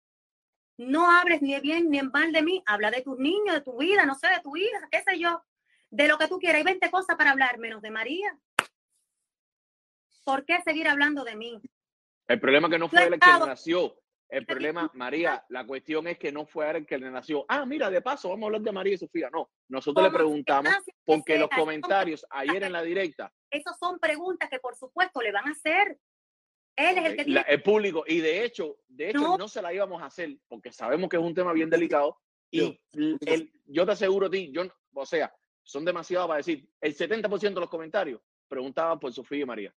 No hables ni bien ni en mal de mí, habla de tus niños, de tu vida, no sé, de tu hija, qué sé yo, de lo que tú quieras. Hay veinte cosas para hablar, menos de María. ¿Por qué seguir hablando de mí? El problema es que no Yo fue he él el que le estado- nació. El problema, María, la cuestión es que no fue él el que le nació. Ah, mira, de paso, vamos a hablar de María y Sofía. No, nosotros le Como preguntamos circunstancias que porque los sean, comentarios ayer en la directa, esas son preguntas que por supuesto le van a hacer. Él es el ok, que la- tiene. el público, y de hecho, de hecho No. no se la íbamos a hacer porque sabemos que es un tema bien delicado y Yo- el, yo te aseguro a ti, yo, no- o sea, son demasiados para decir, el setenta por ciento de los comentarios preguntaban por Sofía y María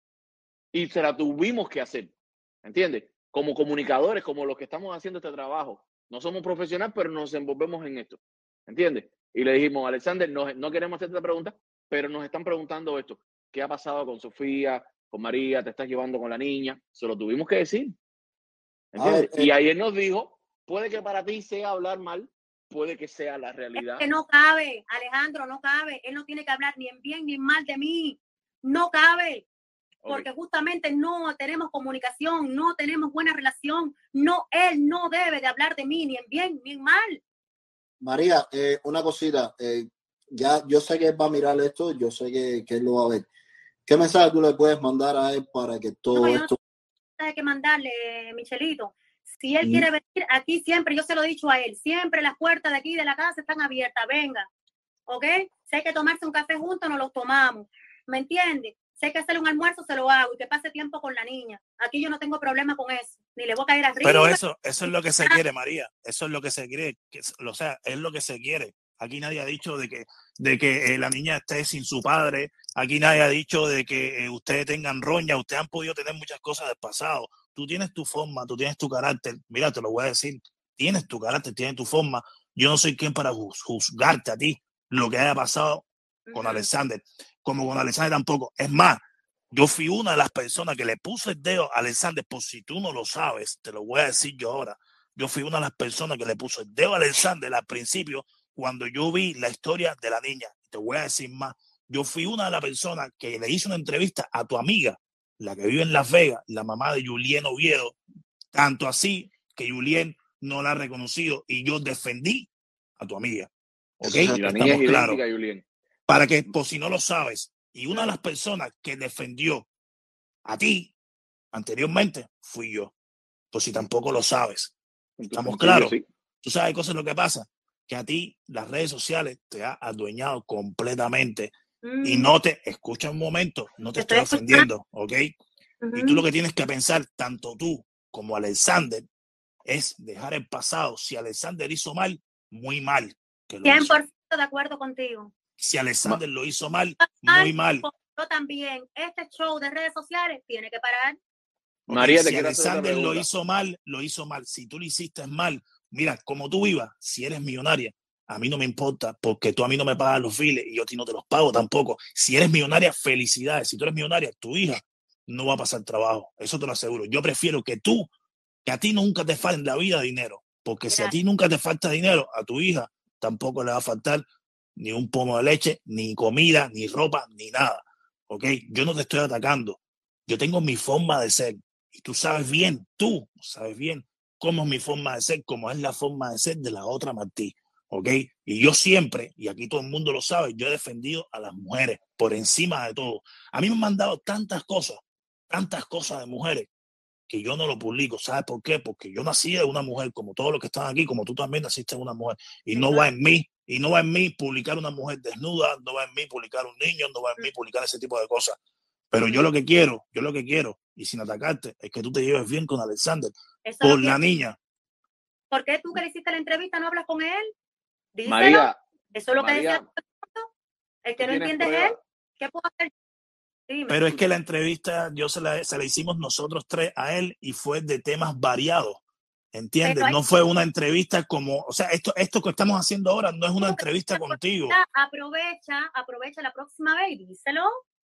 y se la tuvimos que hacer, ¿entiendes? Como comunicadores, como los que estamos haciendo este trabajo, no somos profesionales, pero nos envolvemos en esto, ¿entiendes? Y le dijimos, Alexander, no, no queremos hacerte esta pregunta, pero nos están preguntando esto, ¿qué ha pasado con Sofía, con María, te estás llevando con la niña? Se lo tuvimos que decir, ¿entiendes? A ver, Y eh, ayer nos dijo, puede que para ti sea hablar mal, puede que sea la Es realidad. que no cabe, Alejandro, no cabe. Él no tiene que hablar ni en bien ni en mal de mí. No cabe. Ok. Porque justamente no tenemos comunicación, no tenemos buena relación. No, él no debe de hablar de mí ni en bien ni en mal. María, eh, una cosita. eh, ya yo sé que él va a mirar esto, yo sé que, que él lo va a ver. ¿Qué mensaje tú le puedes mandar a él para que todo No, yo no esto... hay que mandarle, Michelito. Si él Mm. quiere venir aquí siempre, yo se lo he dicho a él, siempre las puertas de aquí de la casa están abiertas, venga, ¿ok? Si hay que tomarse un café juntos, nos lo tomamos, ¿me entiendes? Si hay que hacerle un almuerzo, se lo hago y que pase tiempo con la niña. Aquí yo no tengo problema con eso, ni le voy a caer arriba. Pero eso, eso es lo que se quiere, María. Eso es lo que se quiere. Que, o sea, es lo que se quiere. Aquí nadie ha dicho de que, de que eh, la niña esté sin su padre. Aquí nadie ha dicho de que eh, ustedes tengan roña. Ustedes han podido tener muchas cosas del pasado. Tú tienes tu forma, tú tienes tu carácter. Mira, te lo voy a decir. Tienes tu carácter, tienes tu forma. Yo no soy quien para juz- juzgarte a ti lo que haya pasado con Ujú. Alexander. Como con Alexander tampoco. Es más, yo fui una de las personas que le puse el dedo a Alexander, por si tú no lo sabes, te lo voy a decir yo ahora. Yo fui una de las personas que le puso el dedo a Alexander al principio cuando yo vi la historia de la niña. Te voy a decir más. Yo fui una de las personas que le hizo una entrevista a tu amiga, la que vive en Las Vegas, la mamá de Julien Oviedo, tanto así que Julien no la ha reconocido y yo defendí a tu amiga. ¿Ok? Y la niña es Estamos claros. idéntica a Julien. Para que, por si no lo sabes, y una de las personas que defendió a ti anteriormente fui yo, por si tampoco lo sabes. ¿Estamos claros? Sí. Tú sabes cosas lo que pasa, que a ti las redes sociales te ha adueñado completamente Mm. y no te, escucha un momento, no te Te estoy estoy ofendiendo, ¿ok? Ujú. Y tú lo que tienes que pensar, tanto tú como Alexander, es dejar el pasado. Si Alexander hizo mal, muy mal. Que lo cien hizo. por ciento de acuerdo contigo. Si Alexander lo hizo mal, muy mal. Yo también. Este show de redes sociales tiene que parar. Ok, María, te si quiero hacer otra Alexander lo pregunta. hizo mal, lo hizo mal. Si tú lo hiciste mal, mira, como tú vivas, si eres millonaria, a mí no me importa, porque tú a mí no me pagas los biles y yo a ti no te los pago tampoco. Si eres millonaria, felicidades. Si tú eres millonaria, tu hija no va a pasar trabajo. Eso te lo aseguro. Yo prefiero que tú, que a ti nunca te falte en la vida dinero. Porque si a ti nunca te falta dinero, a tu hija tampoco le va a faltar ni un pomo de leche, ni comida, ni ropa, ni nada. ¿Ok? Yo no te estoy atacando. Yo tengo mi forma de ser. Y tú sabes bien, tú sabes bien cómo es mi forma de ser, cómo es la forma de ser de la otra Martí. ¿Ok? Y yo siempre, y aquí todo el mundo lo sabe, yo he defendido a las mujeres por encima de todo. A mí me han mandado tantas cosas, tantas cosas de mujeres, que yo no lo publico. ¿Sabes por qué? Porque yo nací de una mujer, como todos los que están aquí, como tú también naciste de una mujer. Y no va en mí, y no va en mí publicar una mujer desnuda, no va en mí publicar un niño, no va en mí publicar ese tipo de cosas. Pero yo lo que quiero, yo lo que quiero, y sin atacarte, es que tú te lleves bien con Alexander, Eso por lo que- la niña. ¿Por qué tú que le hiciste la entrevista no hablas con él? Díselo. María, Eso es lo que María, decía. El que ¿tú no tienes entiende es prueba? él. ¿Qué puedo hacer? Dime. Pero es que la entrevista yo se la, se la hicimos nosotros tres a él y fue de temas variados. ¿Entiendes? Pero hay- No fue una entrevista como, o sea, esto, esto que estamos haciendo ahora no es una entrevista contigo. Aprovecha, aprovecha la próxima vez y díselo.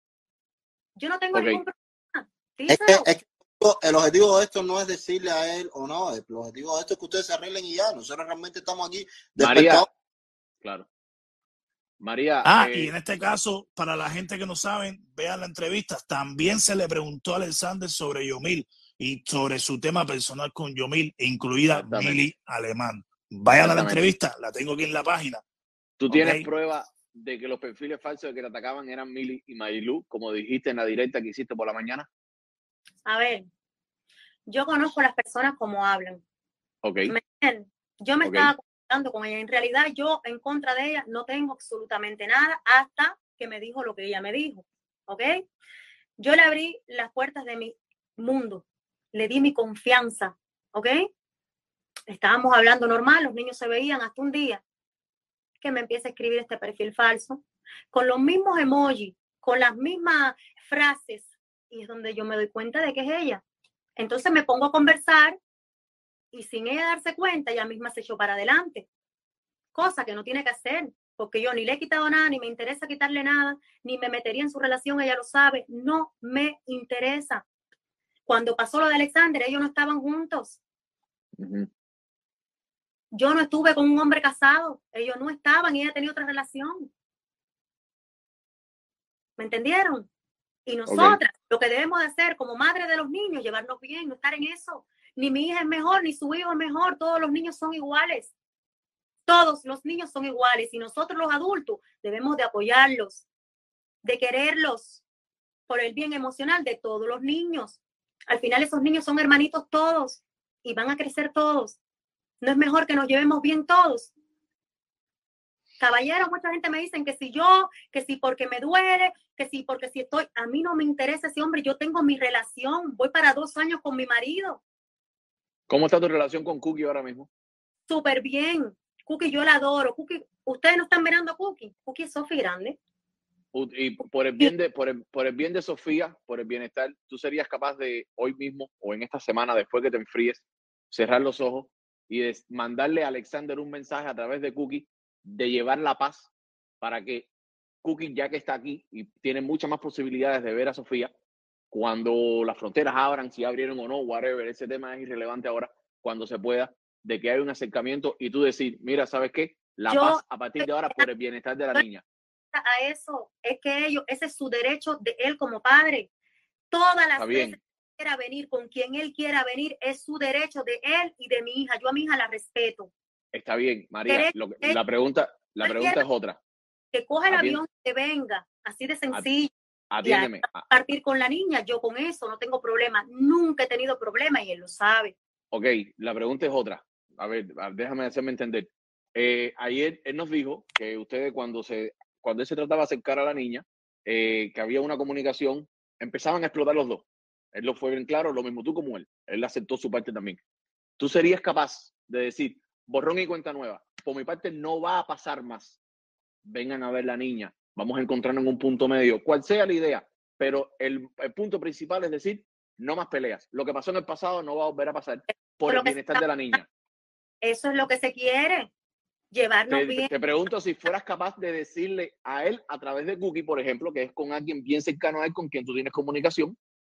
Yo no tengo Ok. ningún problema. Es que, Díselo. es que el objetivo de esto no es decirle a él o no, el objetivo de esto es que ustedes se arreglen y ya. Nosotros realmente estamos aquí María, despertados. claro. María, Ah, eh, y en este caso, para la gente que no saben, vean la entrevista. También se le preguntó a Alexander sobre Yomil y sobre su tema personal con Yomil, incluida Exactamente. Mili Alemán. Vayan a la Exactamente. entrevista, la tengo aquí en la página. ¿tú tienes Ok. prueba de que los perfiles falsos de que te atacaban eran Mili y Marilu, como dijiste en la directa que hiciste por la mañana? A ver, yo conozco a las personas como hablan. Ok. ¿Me entiendes? Yo me Ok. estaba comunicando con ella. En realidad, yo en contra de ella no tengo absolutamente nada hasta que me dijo lo que ella me dijo. ¿Ok? Yo le abrí las puertas de mi mundo. Le di mi confianza. ¿Ok? Estábamos hablando normal, los niños se veían hasta un día que me empieza a escribir este perfil falso, con los mismos emojis, con las mismas frases, y es donde yo me doy cuenta de que es ella. Entonces me pongo a conversar y sin ella darse cuenta, ella misma se echó para adelante, cosa que no tiene que hacer, porque yo ni le he quitado nada, ni me interesa quitarle nada, ni me metería en su relación, ella lo sabe, no me interesa. Cuando pasó lo de Alexander, ellos no estaban juntos. Uh-huh. Yo no estuve con un hombre casado, ellos no estaban y ella tenía otra relación. ¿Me entendieron? Y nosotras, okay, lo que debemos de hacer como madre de los niños, llevarnos bien, no estar en eso. Ni mi hija es mejor, ni su hijo es mejor, todos los niños son iguales. Todos los niños son iguales y nosotros los adultos debemos de apoyarlos, de quererlos por el bien emocional de todos los niños. Al final esos niños son hermanitos todos y van a crecer todos. ¿No es mejor que nos llevemos bien todos? Caballero, mucha gente me dicen que si yo, que si porque me duele, que si porque si estoy, a mí no me interesa ese hombre, yo tengo mi relación, voy para dos años con mi marido. ¿Cómo está tu relación con Cookie ahora mismo? Súper bien. Cookie, yo la adoro. Cookie, ustedes no están mirando a Cookie. Cookie es Sofi grande. Y por el bien de, por el, por el bien de Sofía, por el bienestar, ¿tú serías capaz de hoy mismo o en esta semana, después que te enfríes, cerrar los ojos y de mandarle a Alexander un mensaje a través de Cookie de llevar la paz para que Cookie, ya que está aquí y tiene muchas más posibilidades de ver a Sofía, cuando las fronteras abran, si abrieron o no, whatever, ese tema es irrelevante ahora, cuando se pueda, de que haya un acercamiento y tú decir, mira, ¿sabes qué? La Yo, paz a partir de ahora por el bienestar de la niña. A eso, es que ellos, ese es su derecho de él como padre. Todas las veces que quiera venir, con quien él quiera venir, es su derecho de él y de mi hija. Yo a mi hija la respeto. Está bien, María. Lo, la pregunta, la pregunta es otra. Que coja el avión y que venga, así de sencillo. Atiéndeme. Y a partir con la niña, yo con eso no tengo problema. Nunca he tenido problema y él lo sabe. Ok, la pregunta es otra. A ver, déjame hacerme entender. Eh, ayer él nos dijo que ustedes cuando se cuando él se trataba de acercar a la niña, eh, que había una comunicación, empezaban a explotar los dos. Él lo fue bien claro, lo mismo tú como él. Él aceptó su parte también. ¿Tú serías capaz de decir, borrón y cuenta nueva, por mi parte no va a pasar más? Vengan a ver la niña, vamos a encontrarnos en un punto medio, cual sea la idea, pero el, el punto principal es decir, no más peleas. Lo que pasó en el pasado no va a volver a pasar por el bienestar se... de la niña. Eso es lo que se quiere. Llevarnos te, bien. Te pregunto si fueras capaz de decirle a él a través de Cookie, por ejemplo, que es con alguien bien cercano a él, con quien tú tienes comunicación,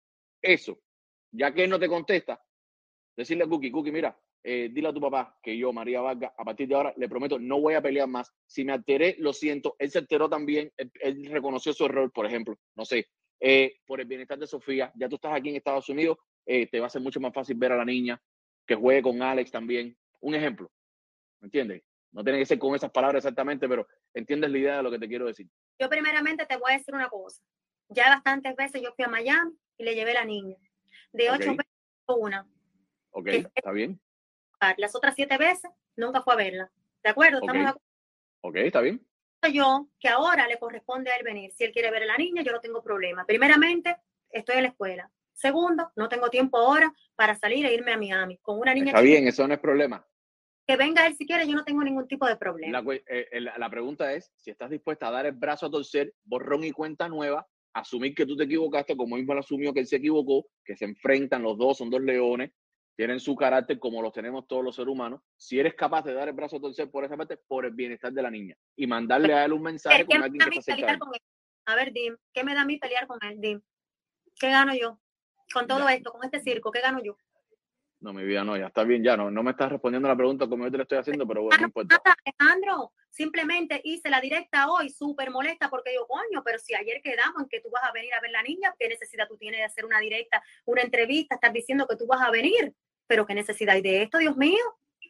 eso, ya que él no te contesta, decirle a Cookie, Cookie, mira, eh, dile a tu papá que yo, María Vargas, a partir de ahora, le prometo, no voy a pelear más. Si me alteré, lo siento. Él se alteró también, él, él reconoció su error, por ejemplo, no sé, eh, por el bienestar de Sofía. Ya tú estás aquí en Estados Unidos, eh, te va a ser mucho más fácil ver a la niña, que juegue con Alex también. Un ejemplo, ¿me entiendes? No tiene que ser con esas palabras exactamente, pero entiendes la idea de lo que te quiero decir. Yo primeramente te voy a decir una cosa. Ya bastantes veces yo fui a Miami y le llevé a la niña. De ocho Ok. veces, una. Ok, Que fue está bien. las otras siete veces nunca fue a verla. ¿De acuerdo? Ok, ¿Estamos de acuerdo? ok, está bien. Yo que ahora le corresponde a él venir. Si él quiere ver a la niña, yo no tengo problema. Primeramente, estoy en la escuela. Segundo, no tengo tiempo ahora para salir e irme a Miami con una niña Está chiquita. bien, eso no es problema. Que venga él si quiere, yo no tengo ningún tipo de problema. La, eh, la, la pregunta es si estás dispuesta a dar el brazo a torcer, borrón y cuenta nueva, asumir que tú te equivocaste, como mismo él asumió que él se equivocó, que se enfrentan los dos, son dos leones, tienen su carácter como los tenemos todos los seres humanos. Si eres capaz de dar el brazo a torcer por esa parte, por el bienestar de la niña y mandarle a él un mensaje ¿Qué con me alguien da a que mí está cerca de pelear él. con él? A ver, Dim, ¿qué me da a mí pelear con él, Dim? ¿Qué gano yo? Con todo Ya. esto, con este circo, ¿qué gano yo? No, mi vida, no, ya está bien, ya no, no me estás respondiendo la pregunta como yo te la estoy haciendo, pero bueno, no importa. Nada, Alejandro, simplemente hice la directa hoy, súper molesta, porque yo, coño, pero si ayer quedamos en que tú vas a venir a ver la niña, ¿qué necesidad tú tienes de hacer una directa, una entrevista, estar diciendo que tú vas a venir? Pero ¿qué necesidad hay de esto, Dios mío?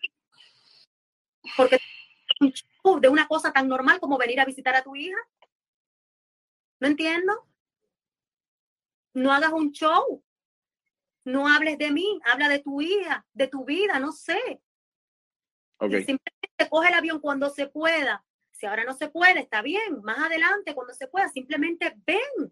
Porque de una cosa tan normal como venir a visitar a tu hija. No entiendo. No hagas un show. No hables de mí, habla de tu hija, de tu vida, no sé. Okay. Y simplemente coge el avión cuando se pueda. Si ahora no se puede, está bien. Más adelante, cuando se pueda, simplemente ven.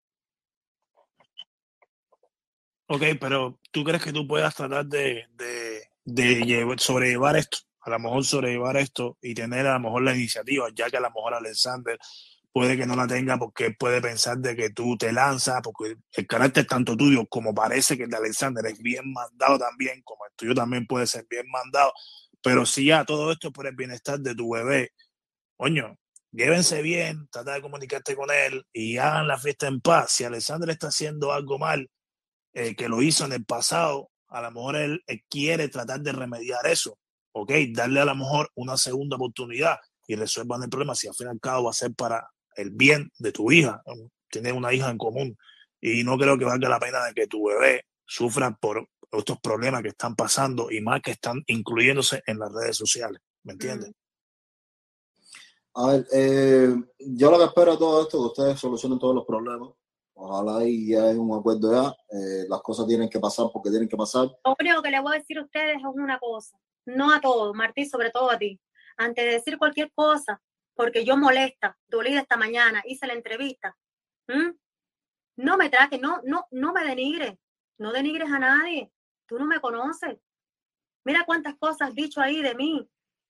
Ok, pero ¿tú crees que tú puedas tratar de, de, de llevar, sobrellevar esto? A lo mejor sobrellevar esto y tener a lo mejor la iniciativa, ya que a lo mejor Alexander puede que no la tenga porque puede pensar de que tú te lanzas, porque el carácter tanto tuyo como parece que el de Alexander es bien mandado también, como el tuyo también puede ser bien mandado, pero si ya todo esto es por el bienestar de tu bebé, coño, llévense bien, trata de comunicarte con él y hagan la fiesta en paz. Si Alexander está haciendo algo mal, eh, que lo hizo en el pasado, a lo mejor él, él quiere tratar de remediar eso, ¿ok? Darle a lo mejor una segunda oportunidad y resuelvan el problema si al fin y al cabo va a ser para el bien de tu hija. Tienes una hija en común y no creo que valga la pena de que tu bebé sufra por estos problemas que están pasando y más que están incluyéndose en las redes sociales, ¿me entiendes? A ver, eh, yo lo que espero de todo esto es que ustedes solucionen todos los problemas. Ojalá y ya hay un acuerdo ya. Eh, las cosas tienen que pasar porque tienen que pasar. Lo único que le voy a decir a ustedes es una cosa. No a todos, Martí, sobre todo a ti. Antes de decir cualquier cosa, porque yo molesta, dolida esta mañana, hice la entrevista. ¿Mm? No me trates, no, no, no me denigres. No denigres a nadie. Tú no me conoces. Mira cuántas cosas has dicho ahí de mí.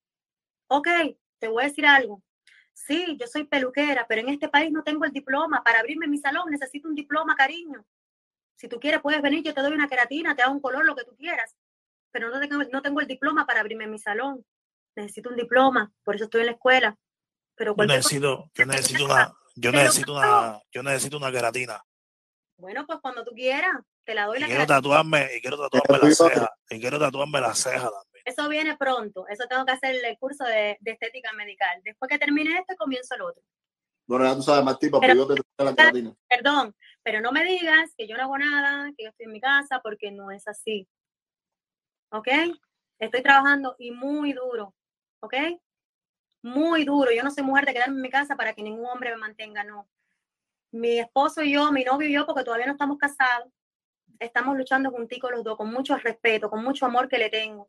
Ok, te voy a decir algo. Sí, yo soy peluquera, pero en este país no tengo el diploma. Para abrirme mi salón necesito un diploma, cariño. Si tú quieres, puedes venir, yo te doy una queratina, te hago un color, lo que tú quieras. Pero no tengo, no tengo el diploma para abrirme mi salón. Necesito un diploma, por eso estoy en la escuela. Pero Yo necesito, yo necesito una, yo necesito una, yo necesito una queratina. Bueno, pues cuando tú quieras, te la doy y la quiero queratina. tatuarme, y quiero tatuarme la ceja, y quiero tatuarme la ceja también. Eso viene pronto, eso tengo que hacer el curso de, de estética medical. Después que termine este, comienzo el otro. Bueno, ya tú sabes, Martí, porque yo te traigo la queratina. Perdón, pero no me digas que yo no hago nada, que yo estoy en mi casa, porque no es así. ¿Ok? Estoy trabajando y muy duro. ¿Ok? Muy duro. Yo no soy mujer de quedarme en mi casa para que ningún hombre me mantenga, no. Mi esposo y yo, mi novio y yo, porque todavía no estamos casados, estamos luchando junticos los dos, con mucho respeto, con mucho amor que le tengo.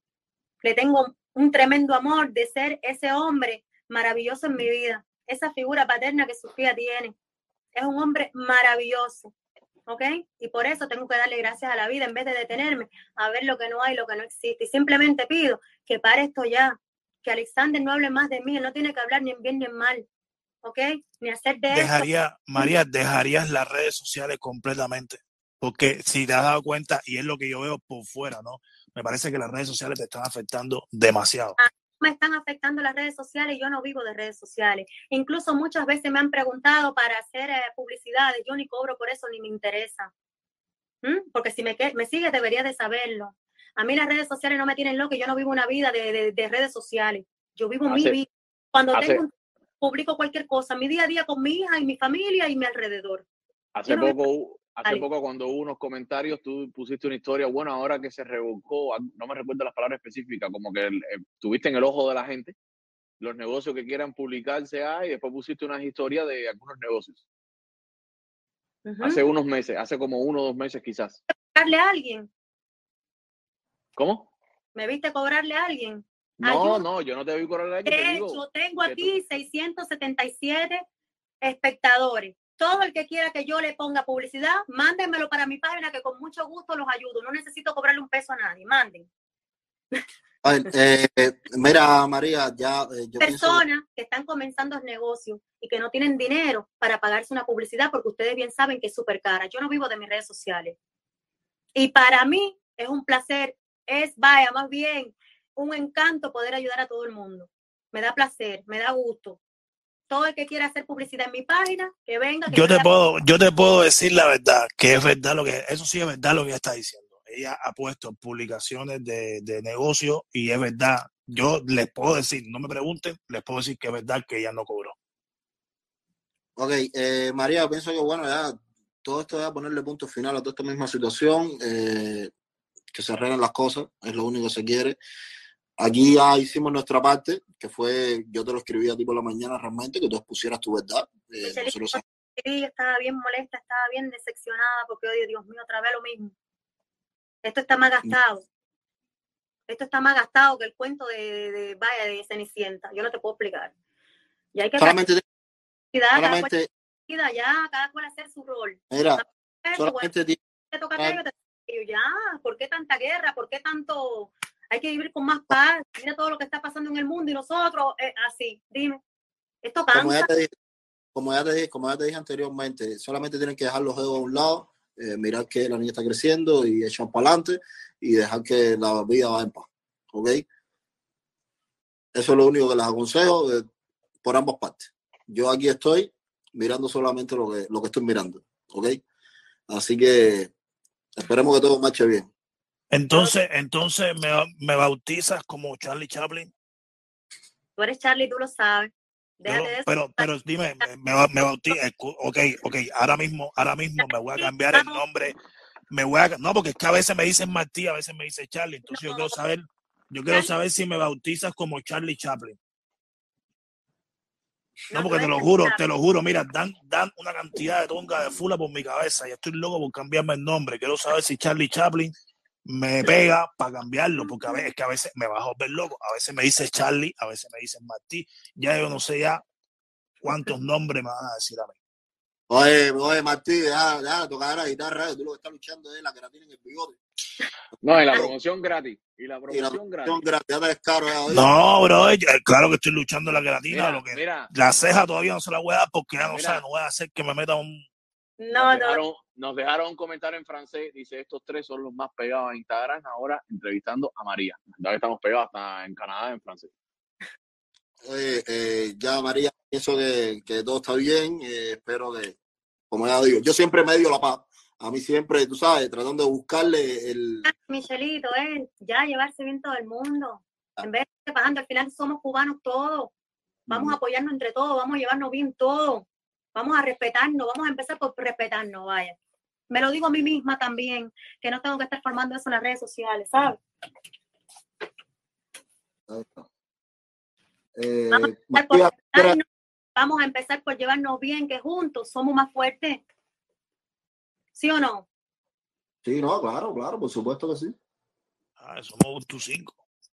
Le tengo un tremendo amor de ser ese hombre maravilloso en mi vida, esa figura paterna que Sofía tiene. Es un hombre maravilloso, ¿ok? Y por eso tengo que darle gracias a la vida en vez de detenerme a ver lo que no hay, lo que no existe. Y simplemente pido que pare esto ya, que Alexander no hable más de mí, él no tiene que hablar ni en bien ni en mal, ¿ok? Ni hacer de Dejaría, esto. María, dejarías las redes sociales completamente, porque si te has dado cuenta, y es lo que yo veo por fuera, ¿no? Me parece que las redes sociales te están afectando demasiado. Ah, me están afectando las redes sociales y yo no vivo de redes sociales. Incluso muchas veces me han preguntado para hacer eh, publicidades. Yo ni cobro por eso ni me interesa. ¿Mm? Porque si me, me sigues deberías de saberlo. A mí las redes sociales no me tienen loca, yo no vivo una vida de, de, de redes sociales. Yo vivo hace, mi vida. Cuando hace, tengo un, publico cualquier cosa, mi día a día con mi hija y mi familia y mi alrededor. Hace no poco, hace poco cuando hubo unos comentarios, tú pusiste una historia, bueno, ahora que se revocó, no me recuerdo las palabras específicas, como que eh, tuviste en el ojo de la gente los negocios que quieran publicarse hay, y después pusiste unas historias de algunos negocios. Uh-huh. Hace unos meses, hace como uno o dos meses quizás. ¿Cobrarle a alguien? ¿Cómo? ¿Me viste cobrarle a alguien? No, Ayuda. no, yo no te vi cobrarle a alguien. De te hecho, digo tengo aquí tú... seiscientos setenta y siete espectadores. Todo el que quiera que yo le ponga publicidad, mándenmelo para mi página que con mucho gusto los ayudo. No necesito cobrarle un peso a nadie, manden. A ver, eh, mira, María, ya eh, yo personas pienso... que están comenzando el negocio y que no tienen dinero para pagarse una publicidad porque ustedes bien saben que es súper cara. Yo no vivo de mis redes sociales. Y para mí es un placer, es, vaya, más bien un encanto poder ayudar a todo el mundo. Me da placer, me da gusto. Todo el que quiera hacer publicidad en mi página, que venga. Que yo, te vea... puedo, yo te puedo decir la verdad, que es verdad lo que, eso sí es verdad lo que ella está diciendo. Ella ha puesto publicaciones de, de negocio y es verdad. Yo les puedo decir, no me pregunten, les puedo decir que es verdad que ella no cobró. Ok, eh, María, pienso que bueno, ya todo esto va a ponerle punto final a toda esta misma situación, eh, que se arreglen las cosas, es lo único que se quiere. Aquí ya hicimos nuestra parte, que fue, yo te lo escribí a ti por la mañana realmente, que tú expusieras tu verdad. Eh, nosotros... Sí, estaba bien molesta, estaba bien decepcionada, porque, oye, Dios mío, otra vez lo mismo. Esto está más gastado. Esto está más gastado que el cuento de, de, de vaya, de Cenicienta. Yo no te puedo explicar. Y hay que solamente, cada, solamente cual, ya, cada cual hacer su rol. Mira, solamente bueno, te toca aquello, te toca ya, ¿por qué tanta guerra? ¿Por qué tanto? Hay que vivir con más paz. Mira todo lo que está pasando en el mundo y nosotros, eh, así, dime. Esto cansa. Como ya te dije, como ya te dije, como ya te dije anteriormente, solamente tienen que dejar los dedos a un lado, eh, mirar que la niña está creciendo y echar para adelante y dejar que la vida vaya en paz, ¿ok? Eso es lo único que les aconsejo eh, por ambas partes. Yo aquí estoy mirando solamente lo que, lo que estoy mirando, ¿ok? Así que esperemos que todo marche bien. Entonces, entonces me, me bautizas como Charlie Chaplin. Tú eres Charlie, tú lo sabes. Lo, pero, pero dime, me, me bautizas, ok, ok, ahora mismo, ahora mismo me voy a cambiar el nombre, me voy a, no, porque es que a veces me dicen Martí, a veces me dice Charlie, entonces yo quiero saber, yo quiero saber si me bautizas como Charlie Chaplin. No, porque te lo juro, te lo juro, mira, dan, dan una cantidad de tonga de fula por mi cabeza y estoy loco por cambiarme el nombre. Quiero saber si Charlie Chaplin me pega para cambiarlo, porque a veces, es que a veces me va a volver loco. A veces me dice Charlie, a veces me dicen Martí. Ya yo no sé ya cuántos nombres me van a decir a mí. Oye, oye, Martí, ya, ya, tocar la guitarra, tú lo que estás luchando es la queratina en el bigote. No, y la promoción gratis. Y la promoción, y la promoción gratis. gratis. Ya te descaro, ya, no, bro, claro que estoy luchando la queratina. Mira, lo que, mira, la ceja todavía no se la voy a dar porque ya no mira, sé, no voy a hacer que me meta un... No, nos, dejaron, no. nos dejaron un comentario en francés, dice, estos tres son los más pegados a Instagram ahora entrevistando a María. Ya que estamos pegados hasta en Canadá en francés. Oye, eh, ya María, pienso que, que todo está bien, eh, espero que, como ya digo, yo siempre medio la paz. A mí siempre, tú sabes, tratando de buscarle el... Michelito, eh, ya llevarse bien todo el mundo. En vez de pasando, al final somos cubanos todos. Vamos a apoyarnos entre todos, vamos a llevarnos bien todos. Vamos a respetarnos, vamos a empezar por respetarnos, vaya. Me lo digo a mí misma también, que no tengo que estar formando eso en las redes sociales, ¿sabes? Eh, vamos, a María, por, vamos a empezar por llevarnos bien, que juntos somos más fuertes. ¿Sí o no? Sí, no, claro, claro, por supuesto que sí. Ah, somos tus cinco.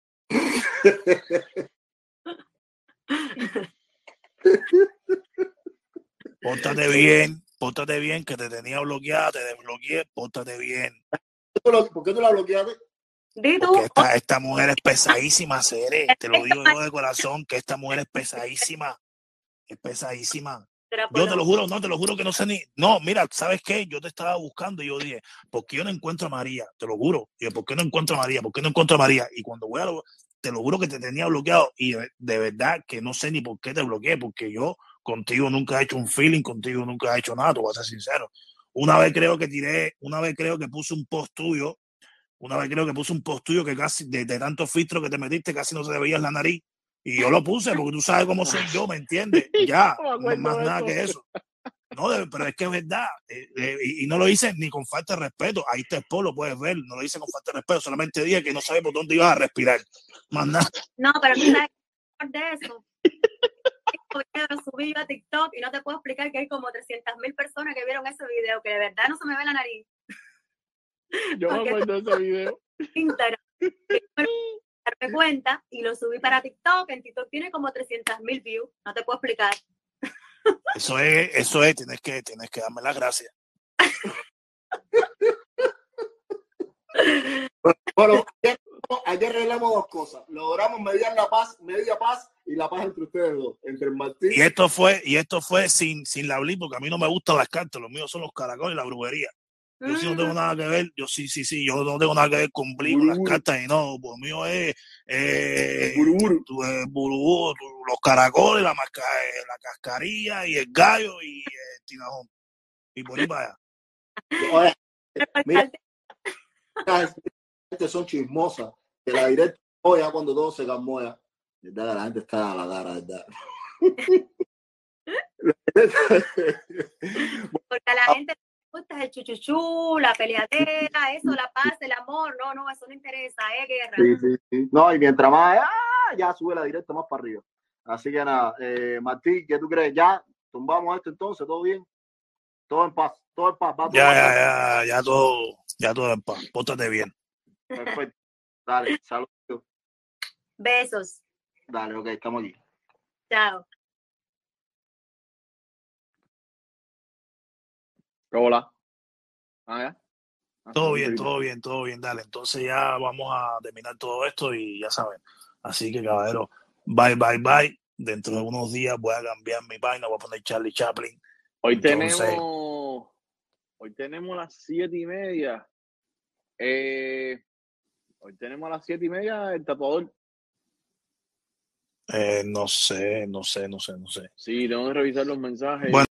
Pórtate bien, pórtate bien, que te tenía bloqueada, te desbloqueé, pórtate bien. ¿Por qué tú la bloqueaste? Porque esta, esta mujer es pesadísima, Cere. Te lo digo yo de corazón, que esta mujer es pesadísima. Es pesadísima. Yo te lo juro, no, te lo juro que no sé ni... No, mira, ¿sabes qué? Yo te estaba buscando y yo dije, ¿por qué yo no encuentro a María? Te lo juro. Y yo, ¿por qué no encuentro a María? ¿Por qué no encuentro a María? Y cuando voy a lo... Te lo juro que te tenía bloqueado y de, de verdad que no sé ni por qué te bloqueé, porque yo contigo nunca he hecho un feeling, contigo nunca he hecho nada, te voy a ser sincero. Una vez creo que tiré, una vez creo que puse un post tuyo, una vez creo que puse un post tuyo que casi, de, de tantos filtros que te metiste, casi no se te veía la nariz. Y yo lo puse porque tú sabes cómo soy yo, ¿me entiendes? Ya, no más nada que eso. No, pero es que es verdad. Eh, eh, y, y no lo hice ni con falta de respeto. Ahí está el Expo, lo puedes ver. No lo hice con falta de respeto. Solamente dije que no sabes por dónde ibas a respirar. Más nada. No, pero tú sabes de eso. Lo subí yo a TikTok y no te puedo explicar que hay como trescientas mil personas que vieron ese video, que de verdad no se me ve la nariz. Yo me acuerdo de ese video. Instagram. Darme cuenta y lo subí para TikTok. En TikTok tiene como trescientas mil views. No te puedo explicar. Eso es, eso es, tienes que, tienes que darme las gracias. Bueno, ayer, ayer arreglamos dos cosas. Logramos mediar la paz, media paz y la paz entre ustedes dos, entre el Martín. Y esto fue, y esto fue sin, sin la Blitz, porque a mí no me gustan las cartas, los míos son los caracoles y la brujería. Yo sí no tengo nada que ver, yo sí, sí, sí, yo no tengo nada que ver con Blitz, con las cartas y no, por mío es eh, Buruburu. tu, eh, burubú, tu, los caracoles, la, masca, eh, la cascarilla y el gallo y el tinajón. Y por ahí para allá. Oye, mira, las gente son chismosas. Que la directa, oh, ya cuando todo se calmó ya. ¿Verdad? La gente está a la cara, ¿verdad? Porque a la gente le gusta el chuchuchú, la peleadera, eso, la paz, el amor. No, no, eso no interesa, es guerra. Sí, sí, sí. No, y mientras más, ¡ah! Ya sube la directa más para arriba. Así que nada, eh, Martín, ¿qué tú crees? ¿Ya tumbamos esto entonces? ¿Todo bien? Todo en paz, todo en paz. Va todo Ya, en ya, paz. ya, ya todo, ya todo en paz. Pótate bien. Perfecto. Dale, saludos. Besos. Dale, ok, estamos aquí. Chao. Hola. Ah, ya. Ah, Todo sí, bien, sí. todo bien, todo bien, dale. Entonces ya vamos a terminar todo esto y ya saben. Así que, caballero, bye, bye, bye. Dentro de unos días voy a cambiar mi página, voy a poner Charlie Chaplin. Hoy Entonces, tenemos, hoy tenemos las siete y media. Eh, hoy tenemos a las siete y media el tatuador. eh, no sé, no sé, no sé, no sé. Sí, tengo que revisar los mensajes. Bueno.